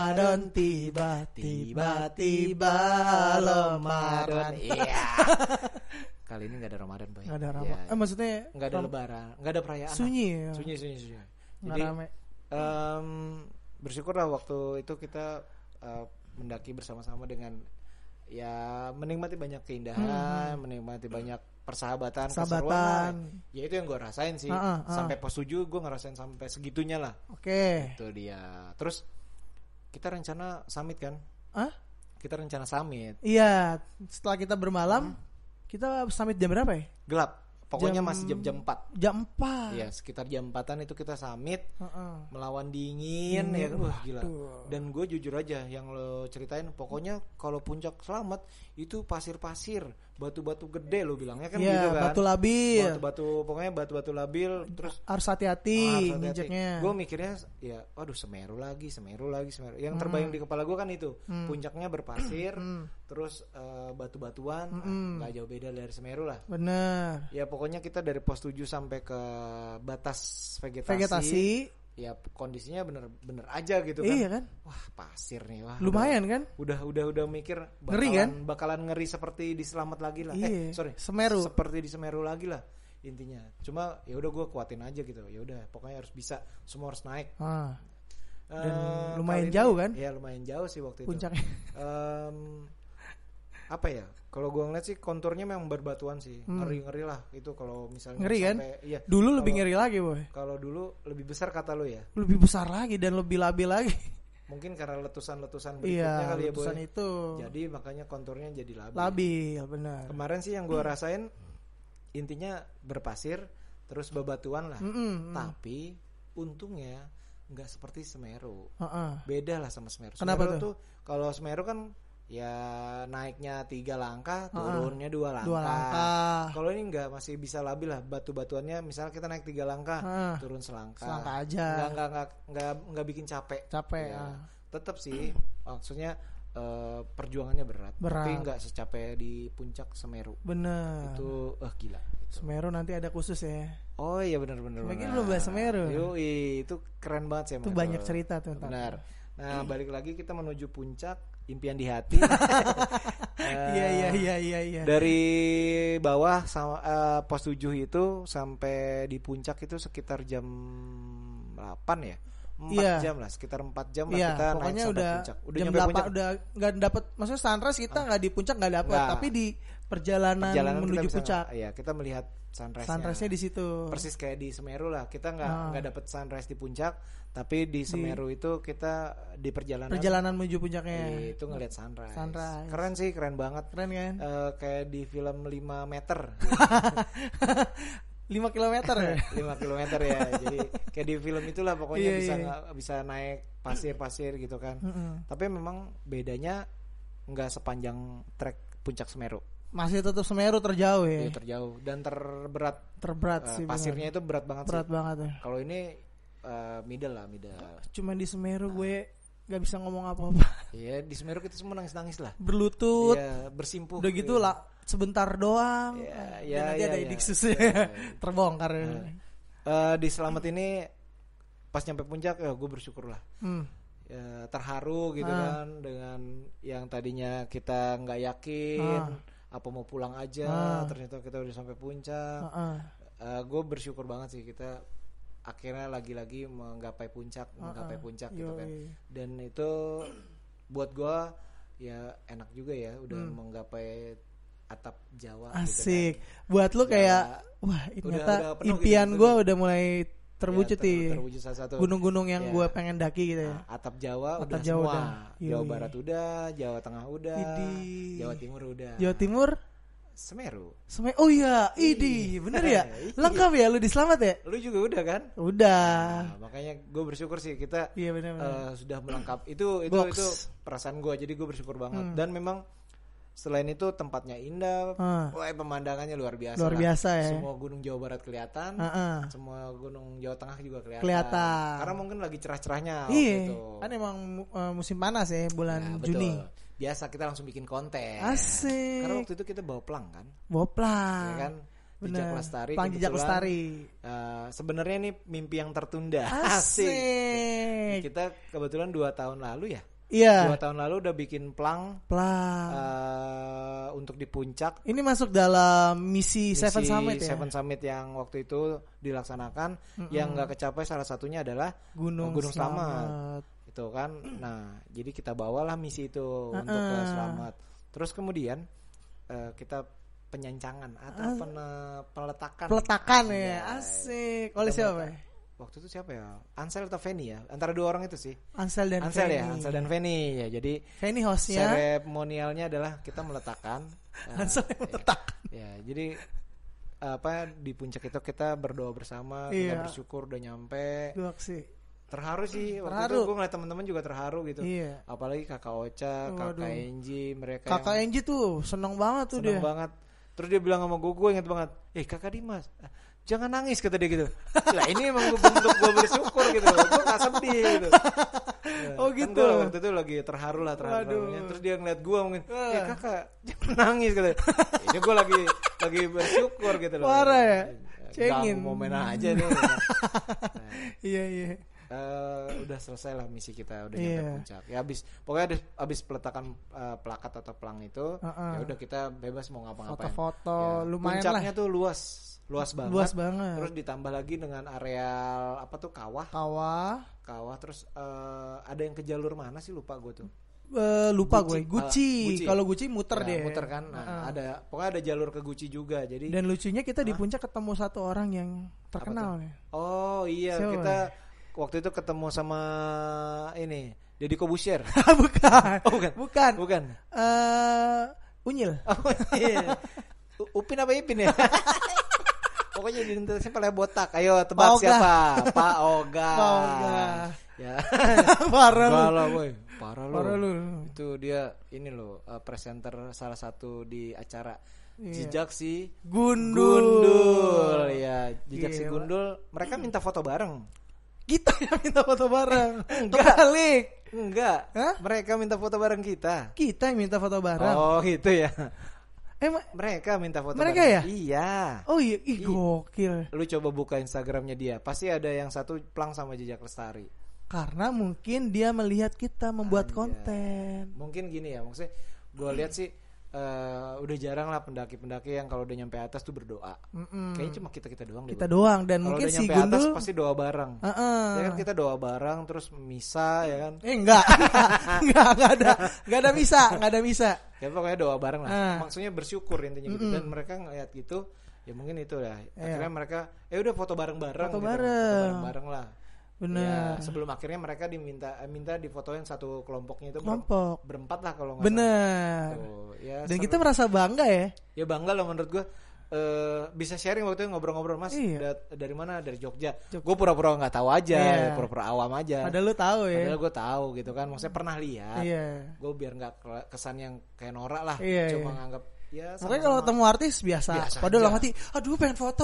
tiba-tiba Ramadan. Iya. Kali ini nggak ada Ramadan, boy. Nggak ada Ramadan. Ya. Maksudnya nggak ada Lebaran, nggak ada perayaan. Sunyi. Jadi bersyukurlah waktu itu kita mendaki bersama-sama dengan ya menikmati banyak keindahan, menikmati banyak persahabatan, keseruan. Ya itu yang gue rasain sih. Sampai pos 7 gue ngerasain sampai segitunya lah. Oke. Itu dia. Terus kita rencana summit kan? Kita rencana summit. Iya, setelah kita bermalam. Kita summit jam berapa ya? Gelap. Pokoknya masih jam 4. Jam 4. Iya, sekitar jam 4-an itu kita summit. Melawan dingin ya kan. Wah, gila. Dan gue jujur aja yang lo ceritain, pokoknya kalau puncak Slamet itu pasir-pasir, batu-batu gede lo bilangnya kan gitu kan. Batu labil. Pokoknya batu-batu labil, terus harus hati-hati nginjeknya. Gue mikirnya ya, waduh Semeru lagi. Yang terbayang di kepala gue kan itu, puncaknya berpasir, terus batu-batuan, nggak jauh beda dari Semeru lah. Bener. Ya pokoknya kita dari pos 7 sampai ke batas vegetasi. Ya kondisinya bener aja gitu kan. Iya kan? Wah, pasir nih. Wah, lumayan kan? Udah mikir bakalan ngeri seperti di Slamet lagi lah. Iya. Semeru. Seperti di Semeru lagi lah intinya. Cuma ya udah gue kuatin aja gitu. Ya udah, pokoknya harus bisa, semua harus naik. Dan lumayan jauh kan? Iya, lumayan jauh sih waktu puncaknya. Itu. Apa ya? Kalau gue ngeliat sih konturnya memang berbatuan sih. Ngeri lah itu kalau misalnya ngeri sampai, kan? Iya. Dulu lebih ngeri lagi, boy. Kalau dulu lebih besar kata lo ya. Lebih besar lagi dan lebih labil lagi. Mungkin karena letusan-letusan berikutnya kali ya, boy. Letusan itu. Jadi makanya konturnya jadi labil. Labil, benar. Kemarin sih yang gue rasain intinya berpasir terus bebatuan lah. Tapi untungnya nggak seperti Semeru. Beda lah sama Semeru. Kenapa Semeru tuh kalau Semeru kan ya naiknya 3 langkah, turunnya 2 langkah. Kalau ini enggak, masih bisa labil lah batu-batuannya. Misalnya kita naik 3 langkah, turun selangkah. Selangkah aja. Enggak bikin capek. Ya. Tetap sih, maksudnya perjuangannya berat. Tapi enggak secapek di puncak Semeru. Bener. Itu gila. Semeru nanti ada khusus ya. Oh iya benar. Mungkin lu bahas Semeru. Yoi, itu keren banget sih. Itu banyak cerita tuh. Benar. Nah, balik lagi kita menuju puncak impian di hati. Iya. Dari bawah sama pos 7 itu sampai di puncak itu sekitar jam 8 ya. 4 jam lah, sekitar 4 jam lah kita naik sampai puncak. Udah jam 8 puncak. Udah enggak dapat, maksudnya sunrise kita enggak di puncak enggak dapat, tapi di perjalanan menuju puncak. Iya, kita melihat sunrise-nya. Sunrise-nya di situ. Persis kayak di Semeru lah. Kita enggak dapat sunrise di puncak, tapi di Semeru itu kita di perjalanan menuju puncaknya. Itu ngelihat sunrise. Keren sih, keren banget. Keren kan? Kayak di film 5 meter. 5 kilometer ya? 5 kilometer ya. Jadi kayak di film itulah pokoknya bisa naik pasir-pasir gitu kan. Tapi memang bedanya nggak sepanjang trek puncak Semeru. Masih tetap Semeru terjauh ya. Iya, terjauh dan terberat Sih. Pasirnya itu berat banget Berat banget ya. Kalau ini middle. Cuman di Semeru gue gak bisa ngomong apa-apa. Iya, di Semeru kita semua nangis lah. Berlutut. Iya, bersimpuh. Udah gitu lah, sebentar doang. Iya, nanti ada idiksusnya. Terbongkar. Di Selamat ini pas nyampe puncak ya gue bersyukur lah. Ya, terharu gitu kan dengan yang tadinya kita nggak yakin apa mau pulang aja, ternyata kita udah sampai puncak. Gue bersyukur banget sih kita akhirnya lagi-lagi menggapai puncak gitu kan. Dan itu buat gue ya enak juga ya udah menggapai atap Jawa. Asik. Gitu kan. Buat lu kayak wah ternyata impian gue udah mulai terwujud terwujud salah satu gunung-gunung yang gue pengen daki gitu ya. Atap Jawa udah Jawa semua. udah. Jawa Barat udah, Jawa Tengah udah, Jawa Timur udah. Jawa Timur Semeru. Oh iya, bener ya? Lengkap ya lu di Selamat ya? Lu juga udah kan? Udah. Nah, makanya gue bersyukur sih kita bener. Sudah melengkap. Itu perasaan gue. Jadi gue bersyukur banget. Dan memang selain itu tempatnya indah, wah pemandangannya luar biasa. Luar biasa ya. Semua gunung Jawa Barat kelihatan, semua gunung Jawa Tengah juga kelihatan. Karena mungkin lagi cerah-cerahnya. Gitu. Kan emang musim panas ya bulan Juni. Biasa kita langsung bikin konten. Asik. Karena waktu itu kita bawa plang kan. Ya kan? Jejak Lestari. Plang Jejak Lestari. Sebenarnya ini mimpi yang tertunda. Asik. Kita kebetulan 2 tahun lalu ya. Iya. 2 tahun lalu udah bikin plang. Untuk di puncak. Ini masuk dalam misi Seven Summit ya. Seven Summit yang waktu itu dilaksanakan. Yang nggak kecapai salah satunya adalah Gunung Selamat. Itu kan. Nah, jadi kita bawalah misi itu untuk ke Selamat. Terus kemudian kita penyancangan atau peletakan ya. Asik. Oleh siapa? Waktu itu siapa ya? Ansel atau Feni ya? Antara 2 orang itu sih. Ansel dan Feni ya. Jadi Feni hostnya. Seremonialnya adalah kita meletakkan. Ansel yang meletakkan. Ya, jadi di puncak itu kita berdoa bersama, kita bersyukur udah nyampe. Terharu sih waktu itu gue ngeliat teman-teman juga terharu gitu. Apalagi kakak Ocha, kakak Enji, mereka. Kakak Enji tuh seneng banget tuh dia. Seneng banget. Terus dia bilang sama gue inget banget. Kakak Dimas, jangan nangis kata dia gitu. Lah ini emang bentuk gue bersyukur gitu. Gue gak sedih gitu. Oh gitu. Kan gue waktu itu lagi terharu. Terus dia ngeliat gue mungkin, kakak jangan nangis kata. Ini gue lagi bersyukur gitu loh. Parah ya. Cengin. Momen aja nih. Iya. Udah selesai lah misi kita, udah nyampe puncak. Ya pokoknya abis peletakan plakat atau plang itu, ya udah kita bebas mau ngapa-ngapain. Foto-foto lumayan puncaknya lah. Tuh luas banget. Terus ditambah lagi dengan areal apa tuh kawah. Terus ada yang ke jalur mana sih lupa gue tuh. Lupa gue. Gucci. Kalau Gucci muter deh. Muter kan. Pokoknya ada jalur ke Gucci juga. Jadi. Dan lucunya kita di puncak ketemu satu orang yang terkenal ya. Oh iya, kita waktu itu ketemu sama ini Deddy Kobusier. Bukan. Unyil. Iya. Upin apa Ipin ya? Pokoknya di internet paling botak. Ayo tebak siapa? Pak Oga. Ya. Parah lu. Itu dia ini loh, presenter salah satu di acara Jejak si Gundul. Ya, Jejak si Gundul. Mereka minta foto bareng. Kita yang minta foto bareng. Enggak. Hah? Mereka minta foto bareng kita. Kita yang minta foto bareng. Oh, gitu ya. Mereka minta foto bareng. Ya? Iya. Oh iya, gokil. Lu coba buka Instagramnya dia. Pasti ada yang satu plang sama Jejak Lestari. Karena mungkin dia melihat kita membuat konten. Mungkin gini ya, maksudnya gue lihat sih udah jarang lah pendaki-pendaki yang kalau udah nyampe atas tuh berdoa. Kayaknya cuma kita doang. Kita doang dan kalo mungkin si Gundul atas pasti doa bareng. Ya kan kita doa bareng terus misa ya kan. Enggak ada misa. Ya pokoknya doa bareng lah. Maksudnya bersyukur intinya gitu. Dan mereka ngeliat gitu, ya mungkin itu lah. Akhirnya mereka udah foto bareng-bareng gitu. Foto bareng-bareng lah. Bener. Ya, sebelum akhirnya mereka minta difotoin satu kelompoknya itu berempat lah kalau nggak salah. Bener. Ya, dan kita merasa bangga ya. Ya bangga loh menurut gue. Bisa sharing waktu itu ngobrol-ngobrol Mas. Dari mana? Dari Jogja. Gue pura-pura nggak tahu aja, pura-pura awam aja. Padahal lu tahu ya. Padahal gue tahu gitu kan. Maksudnya pernah lihat. Gue biar nggak kesan yang kayak norak lah. Cuma nganggap ya makanya kalau ketemu artis biasa padahal dalam hati aduh pengen foto.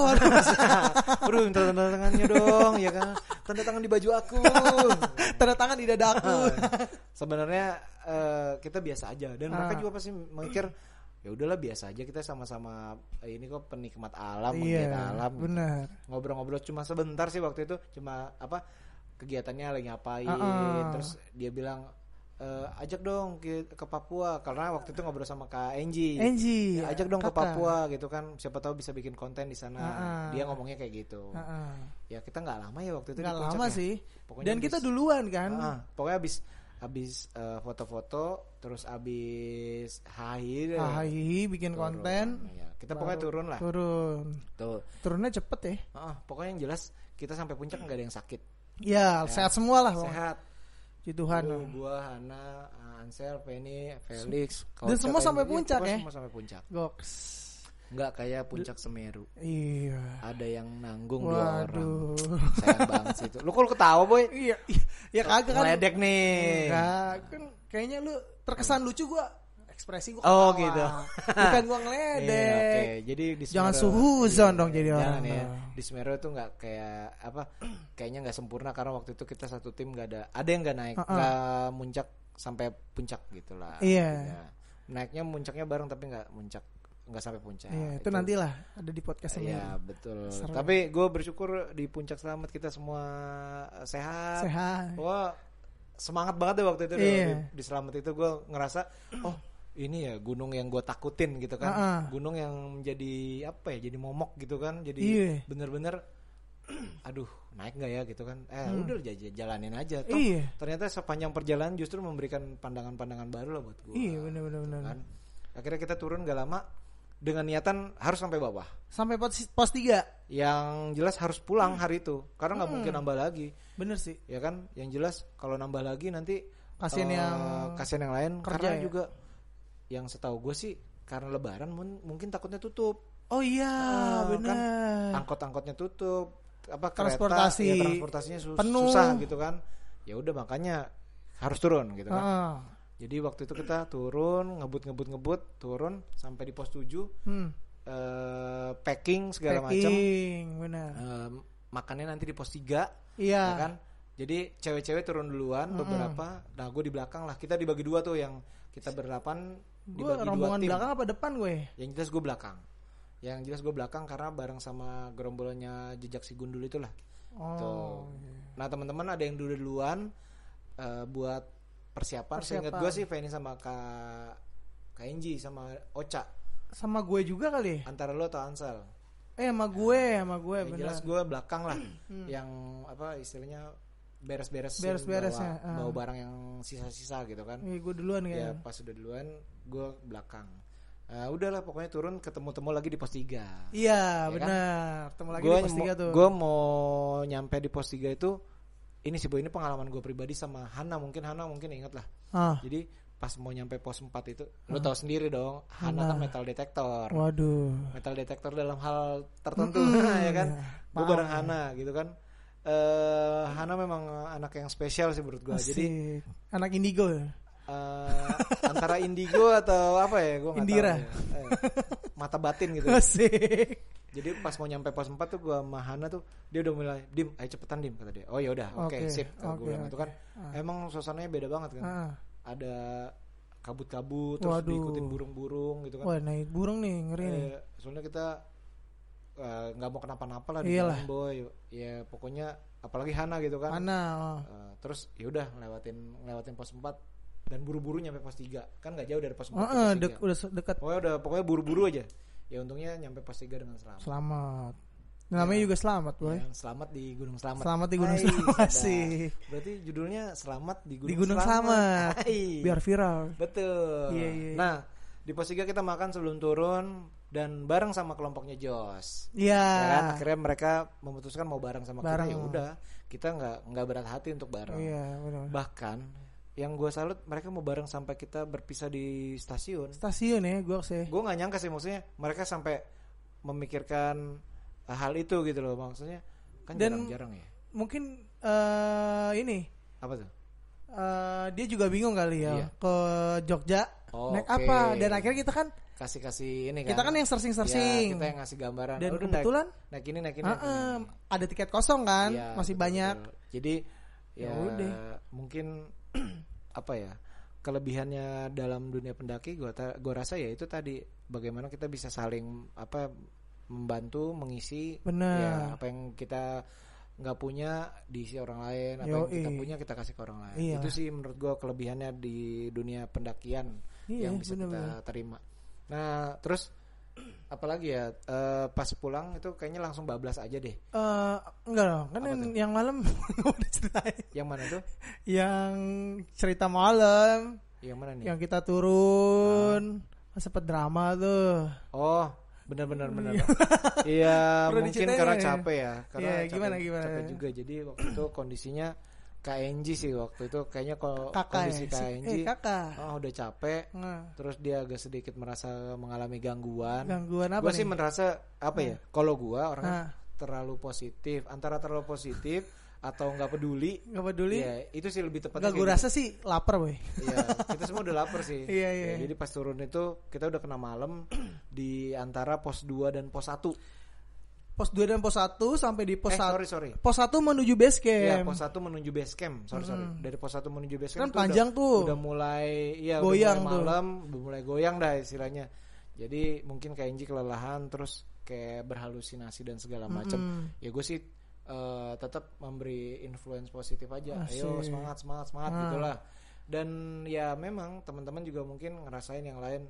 Aduh minta tanda tangannya dong ya kan, tanda tangan di baju aku, tanda tangan di dada aku. Sebenarnya kita biasa aja dan mereka juga pasti mikir ya udahlah biasa aja, kita sama-sama ini kok penikmat alam, menggiat alam. Benar. Ngobrol-ngobrol cuma sebentar sih waktu itu, cuma kegiatannya lagi ngapain. Terus dia bilang ajak dong ke Papua, karena waktu itu ngobrol sama Kak Enji. Ya, ajak dong ke Papua gitu kan, siapa tahu bisa bikin konten di sana. Dia ngomongnya kayak gitu. Ya kita nggak lama ya waktu itu. Nggak lama sih. Pokoknya dan kita duluan kan. Pokoknya habis foto-foto, terus habis hahi bikin turun. Konten. Ya, kita pokoknya turun lah. Turunnya cepet ya. Pokoknya yang jelas kita sampai puncak nggak ada yang sakit. Ya, sehat semua lah. Sehat. Puji Tuhan. Gua, Hana, Ansel, Penny, Felix. Dan semua sampai puncak ya? Semua sampai puncak. Goks. Enggak kayak puncak Semeru. Iya. Ada yang nanggung 2 orang. Sayang banget sih itu. Lu kok ketawa, Boy? Iya. Ya kagak kan. Ngeledek nih. Enggak, kan kayaknya lu terkesan lucu gua. Ekspresi gua ketawa. Oh gitu. Bukan gua ngeledek. Oke. Jadi di Semeru, jangan suhuzon dong jadi orang. Jangan ya. Di Semeru itu enggak kayak kayaknya enggak sempurna karena waktu itu kita satu tim enggak ada yang enggak naik, enggak muncak sampai puncak gitulah. Iya. Naiknya muncaknya bareng tapi enggak muncak, enggak sampai puncak. Iya, itu nantilah ada di podcast ini. Iya, betul. Seru. Tapi gue bersyukur di puncak selamat, kita semua sehat. Wah, semangat banget deh waktu itu. Di selamat itu gue ngerasa ini ya gunung yang gue takutin gitu kan. Gunung yang menjadi jadi momok gitu kan. Jadi bener-bener aduh naik nggak ya gitu kan. Udah jalanin aja. Toh, ternyata sepanjang perjalanan justru memberikan pandangan-pandangan baru lah buat gue. Iya benar. Kan? Akhirnya kita turun gak lama dengan niatan harus sampai bawah. Sampai pos 3. Yang jelas harus pulang hari itu karena nggak mungkin nambah lagi. Bener sih. Ya kan. Yang jelas kalau nambah lagi nanti kasihan yang lain karena ya? juga yang setahu gue sih karena Lebaran mungkin takutnya tutup. Oh iya benar. Kan angkot-angkotnya tutup. Transportasinya penuh. Susah gitu kan. Ya udah makanya harus turun gitu kan. Jadi waktu itu kita turun ngebut turun sampai di pos 7. Packing segala macam. Benar. Makannya nanti di pos 3. Iya ya kan. Jadi cewek-cewek turun duluan beberapa. Nah gue di belakang lah. Kita dibagi 2 tuh, yang kita berdelapan dibagi 2 tim. Gue rombongan belakang apa depan gue? Yang jelas gue belakang. Karena bareng sama gerombolannya Jejak Si Gundul itulah. Tuh. Nah teman-teman ada yang duluan buat persiapan. Seingat gue sih Feni sama Kak Enji sama Ocha. Sama gue juga kali. Antara lo atau Ansel? Sama gue benar. Jelas gue belakang lah. Yang istilahnya beres-beres bawa barang yang sisa-sisa gitu kan. Gue duluan kan. Ya pas udah duluan gue belakang. Udahlah pokoknya turun ketemu lagi di pos 3. Iya benar. Ketemu lagi di pos 3 tuh. Gue mau nyampe di pos 3 itu. Ini sih ini pengalaman gue pribadi sama Hana mungkin ingat lah. Jadi pas mau nyampe pos 4 itu, lo tahu sendiri dong, Hana kan metal detektor. Waduh. Metal detektor dalam hal tertentu, ya kan. Gue bareng Hana gitu kan. Hana memang anak yang spesial sih menurut gue. Jadi anak indigo. Antara indigo atau apa ya, gue nggak tahu. Ya. Mata batin gitu. Asik. Jadi pas mau nyampe pos 4 tuh gue sama Hana tuh, dia udah mulai, "Dim, ayo cepetan Dim," kata dia. Oh ya udah, oke, sip. Gue bilang itu kan emang suasananya beda banget kan. Ada kabut-kabut, terus diikutin burung-burung gitu kan. Wah, naik burung nih, ngeri nih. Soalnya kita nggak mau kenapa-napa lah di jalan, boy. Ya pokoknya apalagi Hana gitu kan. Terus ya udah lewatin pos 4 dan buru-buru nyampe pos 3. Kan enggak jauh dari pos 4 ke pos 3. Udah dekat. Pokoknya buru-buru aja. Ya untungnya nyampe pos 3 dengan selamat. Namanya juga selamat, boy. Selamat di Gunung Selamat. Selamat di Gunung Selamat sih. Berarti judulnya Selamat di Gunung Selamat. Biar viral. Betul. Iya. Nah, di pos 3 kita makan sebelum turun dan bareng sama kelompoknya Jos. Iya. Ya kan? Akhirnya mereka memutuskan mau bareng sama kita. Ya udah, kita nggak berat hati untuk bareng. Iya, benar. Bahkan yang gue salut, mereka mau bareng sampai kita berpisah di stasiun ya, gue nggak nyangka sih, maksudnya mereka sampai memikirkan hal itu gitu loh, maksudnya kan jarang-jarang ya. Mungkin ini apa tuh, dia juga bingung kali ya, ke Jogja naik apa, dan akhirnya kita kan kasih ini kan. Kita kan yang searching. Ya, kita yang ngasih gambaran. Dan kebetulan naik ini. ada tiket kosong kan, ya, masih betul, banyak. Jadi ya mungkin apa ya, kelebihannya dalam dunia pendaki gue rasa ya itu tadi, bagaimana kita bisa saling membantu mengisi. Bener. Ya apa yang kita nggak punya diisi orang lain, apa yang kita punya kita kasih ke orang lain. Iya. Itu sih menurut gue kelebihannya di dunia pendakian yang bisa kita terima. Nah terus apalagi ya, pas pulang itu kayaknya langsung bablas aja deh. Enggak dong, kan yang malam udah ceritain. Yang mana tuh? Yang cerita malam. Yang mana nih? Yang kita turun, sempet drama tuh. Oh, benar. Iya, mungkin karena capek ya. Karena gimana? Capek juga. Jadi waktu itu kondisinya KNG sih waktu itu kayaknya kondisi KNG udah capek, terus dia agak sedikit merasa mengalami gangguan apa gue sih merasa ya, kalau gue orangnya terlalu positif atau nggak peduli ya, itu sih lebih tepatnya. Gue rasa sih lapar boy. Iya, kita semua udah lapar sih. Iya. Ya, jadi pas turun itu kita udah kena malam di antara pos 2 dan pos 1. Pos 2 dan pos 1 sampai di pos 1. Sorry. Pos 1 menuju base camp. Iya, pos 1 menuju base camp. Sorry. Dari pos 1 menuju base camp kan panjang tuh. Udah mulai goyang udah mulai malam, udah mulai goyang dah istilahnya. Jadi mungkin KNG kelelahan, terus kayak berhalusinasi dan segala macam. Ya gue sih tetap memberi influence positif aja. Ayo semangat gitulah. Dan ya memang teman-teman juga mungkin ngerasain yang lain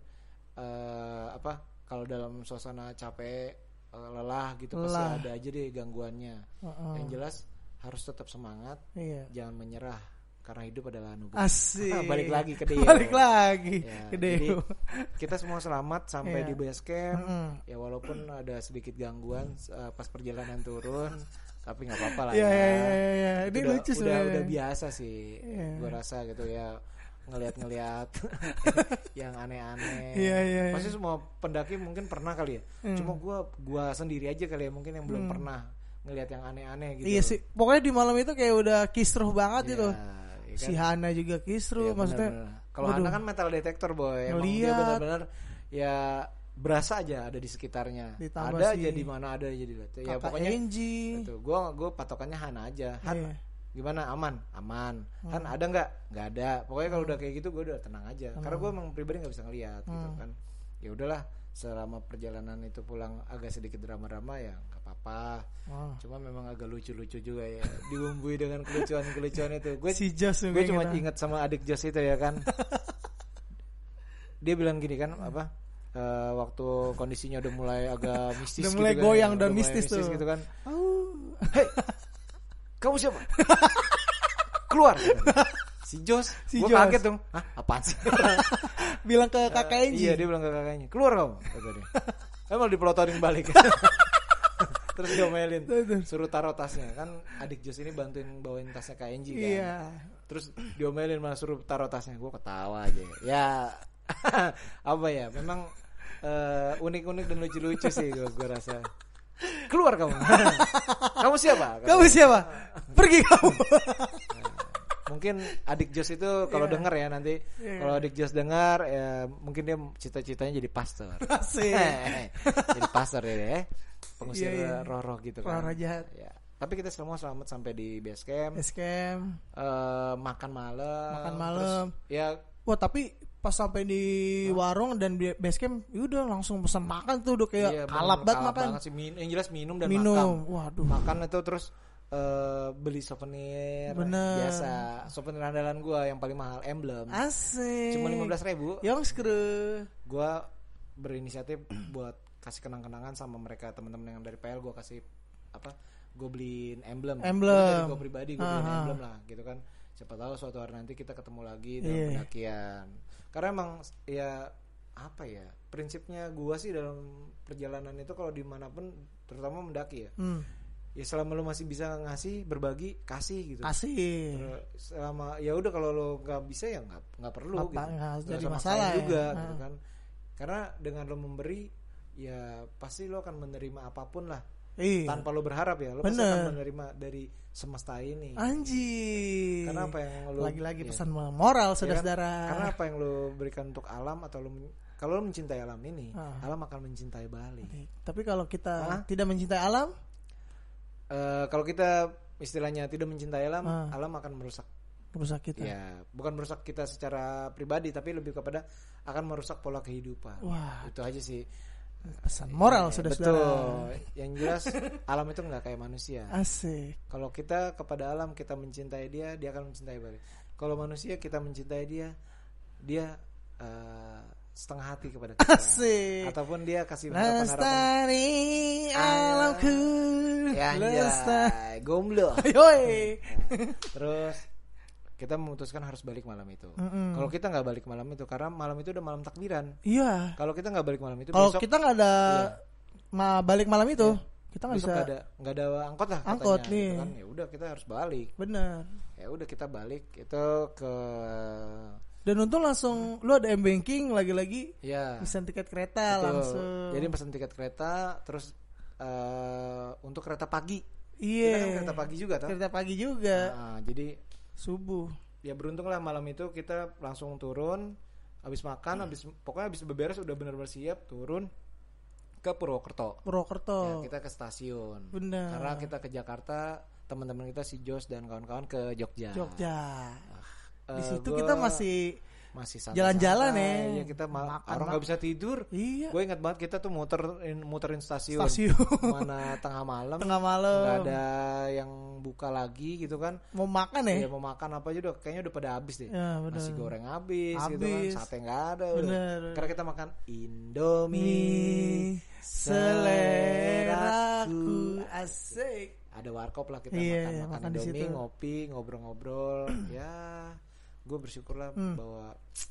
kalau dalam suasana capek, lelah gitu, pasti ada aja deh gangguannya. Yang jelas harus tetap semangat, jangan menyerah karena hidup adalah anugerah. Asik. Balik lagi ke Deo. Ke Deo. Jadi kita semua selamat sampai di base camp. Ya walaupun ada sedikit gangguan pas perjalanan turun, tapi nggak apa-apa lah. Iya. Ini lucu sih. Udah biasa sih, gue rasa gitu ya. Ngelihat yang aneh-aneh. Iya. Pasti semua pendaki mungkin pernah kali ya. Cuma gue sendiri aja kali ya mungkin yang belum pernah ngelihat yang aneh-aneh gitu. Iya sih. Pokoknya di malam itu kayak udah kisruh banget itu. Kan? Si Hana juga kisruh, maksudnya. Kalau Hana kan metal detector boy. Emang dia benar-benar ya berasa aja ada di sekitarnya. Ditambah ada aja di mana ada aja dilihat. Ya pokoknya itu. Gue patokannya Hana aja. Gimana, aman kan ada nggak ada, pokoknya kalau udah kayak gitu gue udah tenang aja. Karena gue emang pribadi nggak bisa ngelihat gitu kan. Ya udahlah, selama perjalanan itu pulang agak sedikit drama-drama ya nggak apa-apa. Cuma memang agak lucu-lucu juga ya, dibumbui dengan kelucuan itu. Gue cuma ingat sama adik Jos itu ya kan. Dia bilang gini kan, waktu kondisinya udah mulai agak mistis, udah mulai gitu goyang kan, dan mistis tuh gitu kan. Hei, kamu siapa? Keluar. Si Jos. Gue kaget dong. Hah? Apaan sih? Bilang ke kakaknya. Iya, dia bilang ke kakaknya. Keluar kamu, kata dia. Emang dipelotorin balik. Terus diomelin. Suruh taruh tasnya. Kan adik Jos ini bantuin bawain tasnya KNG kan. Iya. Terus diomelin malah suruh taruh tasnya. Gue ketawa aja. Ya apa ya, memang unik-unik dan lucu-lucu sih gue rasa. Keluar kamu. Kamu siapa? Pergi kamu. Mungkin adik Jos itu kalau dengar ya nanti, kalau adik Jos dengar ya mungkin dia cita-citanya jadi pastor. Jadi pastor ya, pengusir roh-roh gitu kan. Roh jahat. Ya. Tapi kita semua selamat sampai di base camp. Makan malam. Terus, ya. Wah tapi pas sampai di warung dan base camp, udah langsung pesan makan tuh, udah kayak kalap banget makan. Yang jelas minum dan makan. Waduh. Makan itu terus beli souvenir. Bener. Biasa. Souvenir andalan gue yang paling mahal, Emblem. Asik. Cuma 15.000. Yang skru. Gue berinisiatif buat kasih kenang-kenangan sama mereka, teman-teman yang dari PL. Gue kasih gue beliin Emblem. Dari gue pribadi gue beliin Emblem lah, gitu kan. Siapa tahu suatu hari nanti kita ketemu lagi dalam pendakian. Karena emang ya prinsipnya gua sih dalam perjalanan itu kalau dimanapun, terutama mendaki ya, ya selama lo masih bisa ngasih, berbagi, kasih gitu. Selama ya udah, kalau lo nggak bisa ya nggak perlu gitu. Nggak jadi masalah juga gitu kan. Karena dengan lo memberi ya pasti lo akan menerima apapun lah. Tanpa lo berharap ya, lo pasti akan menerima dari semesta ini. Anjir. Karena apa yang lo lagi-lagi pesan moral saudara-saudara. Karena apa yang lo berikan untuk alam atau lo kalau lo mencintai alam ini, alam akan mencintai balik. Tapi kalau kita tidak mencintai alam, kalau kita istilahnya tidak mencintai alam, alam akan merusak kita. Ya, bukan merusak kita secara pribadi, tapi lebih kepada akan merusak pola kehidupan. Wah, itu aja sih. Pesan moral sudah. Betul. Yang jelas alam itu nggak kayak manusia. Asik. Kalau kita kepada alam kita mencintai dia, dia akan mencintai balik. Kalau manusia kita mencintai dia setengah hati kepada kita. Asik. Ataupun dia kasih harapan-harapan. Lestari alamku. Ya, gomblo. Yoi. Terus kita memutuskan harus balik malam itu. Kalau kita nggak balik malam itu, karena malam itu udah malam takbiran. Iya. Kalau kita nggak balik malam itu, kalau kita nggak ada balik malam itu, kita nggak bisa. Nggak ada angkot lah. Angkot katanya, nih. gitu kan. Ya udah kita harus balik. Bener. Ya udah kita balik itu ke. Dan untung langsung lu ada m-banking lagi-lagi. Ya. Pesan tiket kereta. Betul. Langsung. Jadi pesan tiket kereta, terus untuk kereta pagi. Iya. Kan kereta pagi juga, toh? Kereta pagi juga. Jadi subuh. Ya beruntung lah malam itu kita langsung turun, habis makan, pokoknya habis beberes udah benar-benar siap turun ke Purwokerto. Ya, kita ke stasiun. Benar. Karena kita ke Jakarta, teman-teman kita si Jos dan kawan-kawan ke Jogja. Di situ kita masih santai-santai. Jalan-jalan ya. Kita orang nggak bisa tidur. Iya. Gue ingat banget kita tuh muterin stasiun. Mana tengah malam. Nggak ada yang buka lagi gitu kan. Mau makan ya? Iya, mau makan apa aja udah kayaknya udah pada habis deh. Ya, nasi goreng habis gitu kan. Sate nggak ada. Karena kita makan Indomie seleraku. Asik. Ada warkop lah kita makan Indomie, ngopi, ngobrol-ngobrol. Ya, gue bersyukur lah bahwa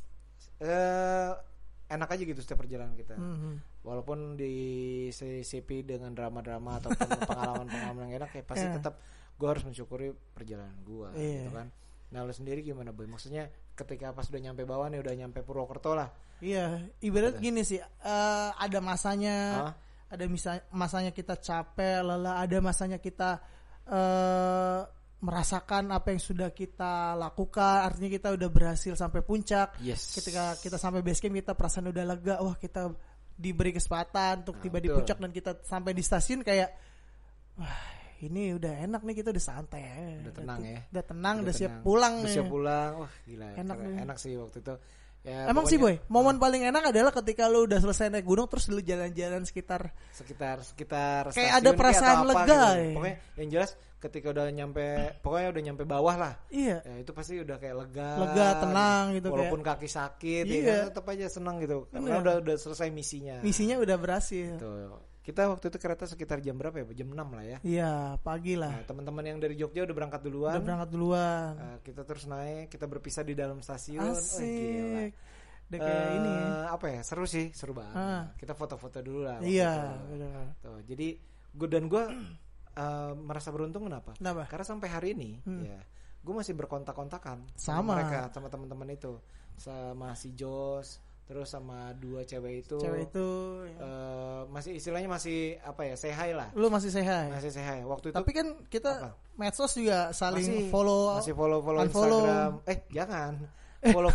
enak aja gitu setiap perjalanan kita. Walaupun disisipi dengan drama-drama ataupun pengalaman-pengalaman yang enak, ya pasti tetap gue harus mensyukuri perjalanan gue gitu kan. Nah, lu sendiri gimana, Boy? Maksudnya ketika pas udah nyampe bawah nih, udah nyampe Purwokerto lah. Iya, ibarat gini sih, ada masanya, ada masanya kita capek, lelah, ada masanya kita merasakan apa yang sudah kita lakukan, artinya kita udah berhasil sampai puncak. Ketika kita sampai base camp, kita perasaan udah lega, wah kita diberi kesempatan untuk tiba di puncak, dan kita sampai di stasiun kayak, wah ini udah enak nih, kita udah santai ya. Udah tenang ya. Udah tenang, udah siap pulang nih. Udah siap pulang, wah gila. Enak sih waktu itu. Ya, emang sih Boy, momen paling enak adalah ketika lu udah selesai naik gunung, terus lu jalan-jalan sekitar stasiun, kayak ada perasaan lega gitu. Ya. Pokoknya yang jelas ketika udah nyampe bawah lah. Iya. Ya, itu pasti udah kayak lega, tenang gitu. Walaupun kaki sakit, ya tetap aja senang gitu. Karena udah selesai misinya. Misinya udah berhasil. Tuh. Kita waktu itu kereta sekitar jam berapa ya? Jam 6 lah ya. Iya, pagi lah. Nah, teman-teman yang dari Jogja udah berangkat duluan. Kita terus naik, kita berpisah di dalam stasiun. Asik. Gila. Kayak ini ya. Apa ya? Seru banget. Kita foto-foto dulu lah. Iya, tuh. Jadi gue merasa beruntung kenapa? Karena sampai hari ini ya, gue masih berkontak-kontakan sama mereka, sama teman-teman itu, sama si Jos, terus sama dua cewek itu masih istilahnya masih apa ya, say hi lah. Lu masih say hi? Masih say hi waktu itu. Tapi kan kita medsos juga saling masih follow Instagram. Jangan follow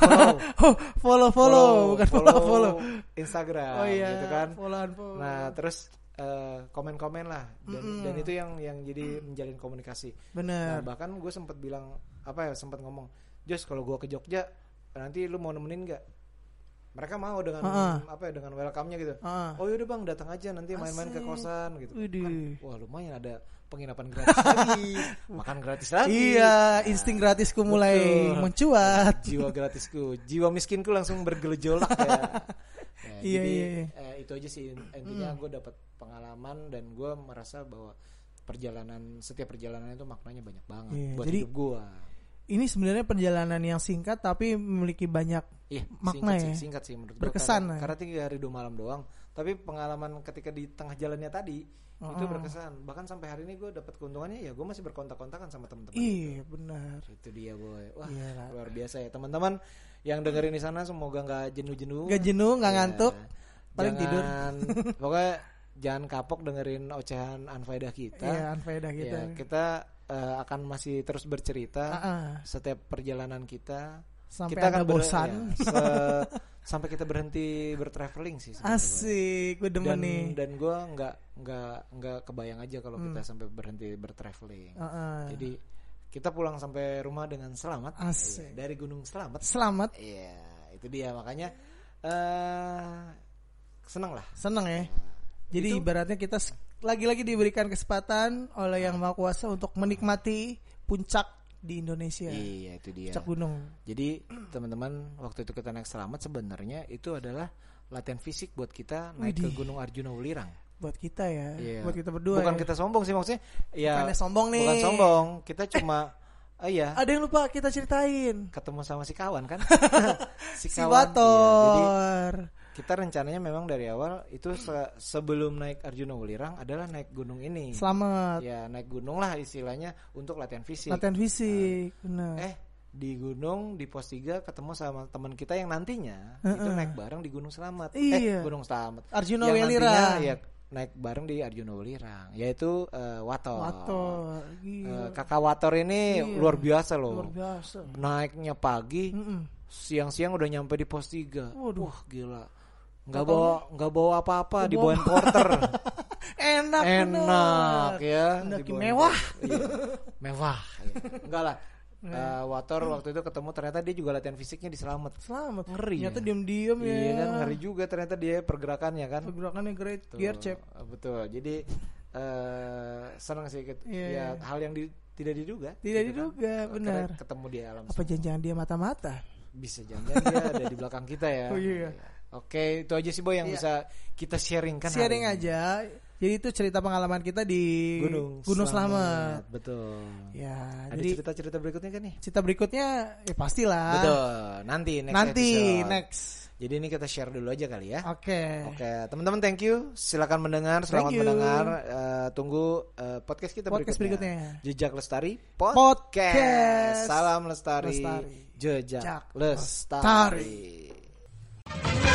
bukan follow Instagram. Gitu kan. Follow. Nah, terus komen-komen lah, dan itu yang jadi menjalin komunikasi. Bener. Nah, bahkan gue sempat ngomong, Jos, kalau gue ke Jogja nanti lu mau nemenin nggak? Mereka mau dengan dengan welcome-nya gitu. Oh yaudah bang, datang aja nanti main-main ke kosan gitu. Kan, wah lumayan, ada penginapan gratis lagi, makan gratis lagi. Iya, insting gratisku mulai mencuat. Jiwa gratisku, jiwa miskinku langsung bergejolak ya. Jadi itu aja sih intinya. Gue dapat pengalaman dan gue merasa bahwa setiap perjalanan itu maknanya banyak banget buat hidup gue. Ini sebenarnya perjalanan yang singkat tapi memiliki banyak makna singkat sih menurut gue. Berkesan karena 3 hari 2 malam doang. Tapi pengalaman ketika di tengah jalannya tadi itu berkesan. Bahkan sampai hari ini gue dapat keuntungannya, ya gue masih berkontak-kontakan sama teman-teman. Iya benar. Itu dia Boy. Wah luar biasa ya teman-teman yang dengerin di sana, semoga nggak jenuh-jenuh. Nggak jenuh, nggak ngantuk, paling tidur. Pokoknya jangan kapok dengerin ocehan Anfaedah kita. Iya, Anfaedah kita. Ya, kita akan masih terus bercerita setiap perjalanan kita. Sampai kita akan bosan. sampai kita berhenti bertraveling sih sebenarnya. Asik, gue demen nih. Dan gue nggak kebayang aja kalau kita sampai berhenti bertraveling. Jadi kita pulang sampai rumah dengan selamat. Asik. Dari gunung selamat. Selamat. Iya, itu dia makanya seneng lah. Seneng ya. Jadi ibaratnya kita lagi-lagi diberikan kesempatan oleh Yang Maha Kuasa untuk menikmati puncak di Indonesia. Iya, itu dia. Puncak gunung. Jadi teman-teman, waktu itu kita naik selamat sebenarnya itu adalah latihan fisik buat kita naik ke Gunung Arjuna Ulirang. Buat kita ya, yeah. Buat kita berdua. Bukan ya. kita sombong sih maksudnya. Ya. Bukannya sombong nih. Bukan sombong, kita cuma iya. Ada yang lupa kita ceritain. Ketemu sama si kawan kan? si Bator. Iya. Jadi kita rencananya memang dari awal itu sebelum naik Arjuna Ulirang adalah naik gunung ini. Selamat. Ya, naik gunung lah istilahnya untuk latihan fisik. Latihan fisik, benar. Di gunung di pos 3 ketemu sama teman kita yang nantinya itu naik bareng di Gunung Selamat. Iya. Gunung Selamat. Arjuna Ulirang. Ya naik bareng di Arjuna Ulirang, yaitu Wator. Kakak Wator ini luar biasa loh. Luar biasa. Naiknya pagi, siang-siang udah nyampe di pos 3. Wah, gila. Nggak bawa apa-apa, dibawain porter. enak ya. Mewah. Iya. Mewah. Iya. Enggak lah. Wator waktu itu ketemu ternyata dia juga latihan fisiknya di Selamat. Ngeri. Ternyata diam-diam ya. Iya kan, ngeri juga ternyata dia pergerakannya kan. Pergerakannya great, gercep. Betul. Jadi senang sih ya hal yang tidak diduga. Tidak diduga, benar. Ketemu di alam. Apa jangan-jangan dia mata-mata? Bisa jangan dia ada di belakang kita ya. Oh iya. Oke, itu aja sih Boy yang bisa kita sharingkan. Sharing aja. Jadi itu cerita pengalaman kita di Gunung Selamat. Betul. Ya, ada jadi cerita berikutnya kan nih? Cerita berikutnya ya pastilah. Betul. Nanti next. Jadi ini kita share dulu aja kali ya. Oke, teman-teman thank you. Silakan mendengar, selamat mendengar. Tunggu podcast kita berikutnya. Jejak Lestari Podcast. Salam Lestari. Jejak Lestari.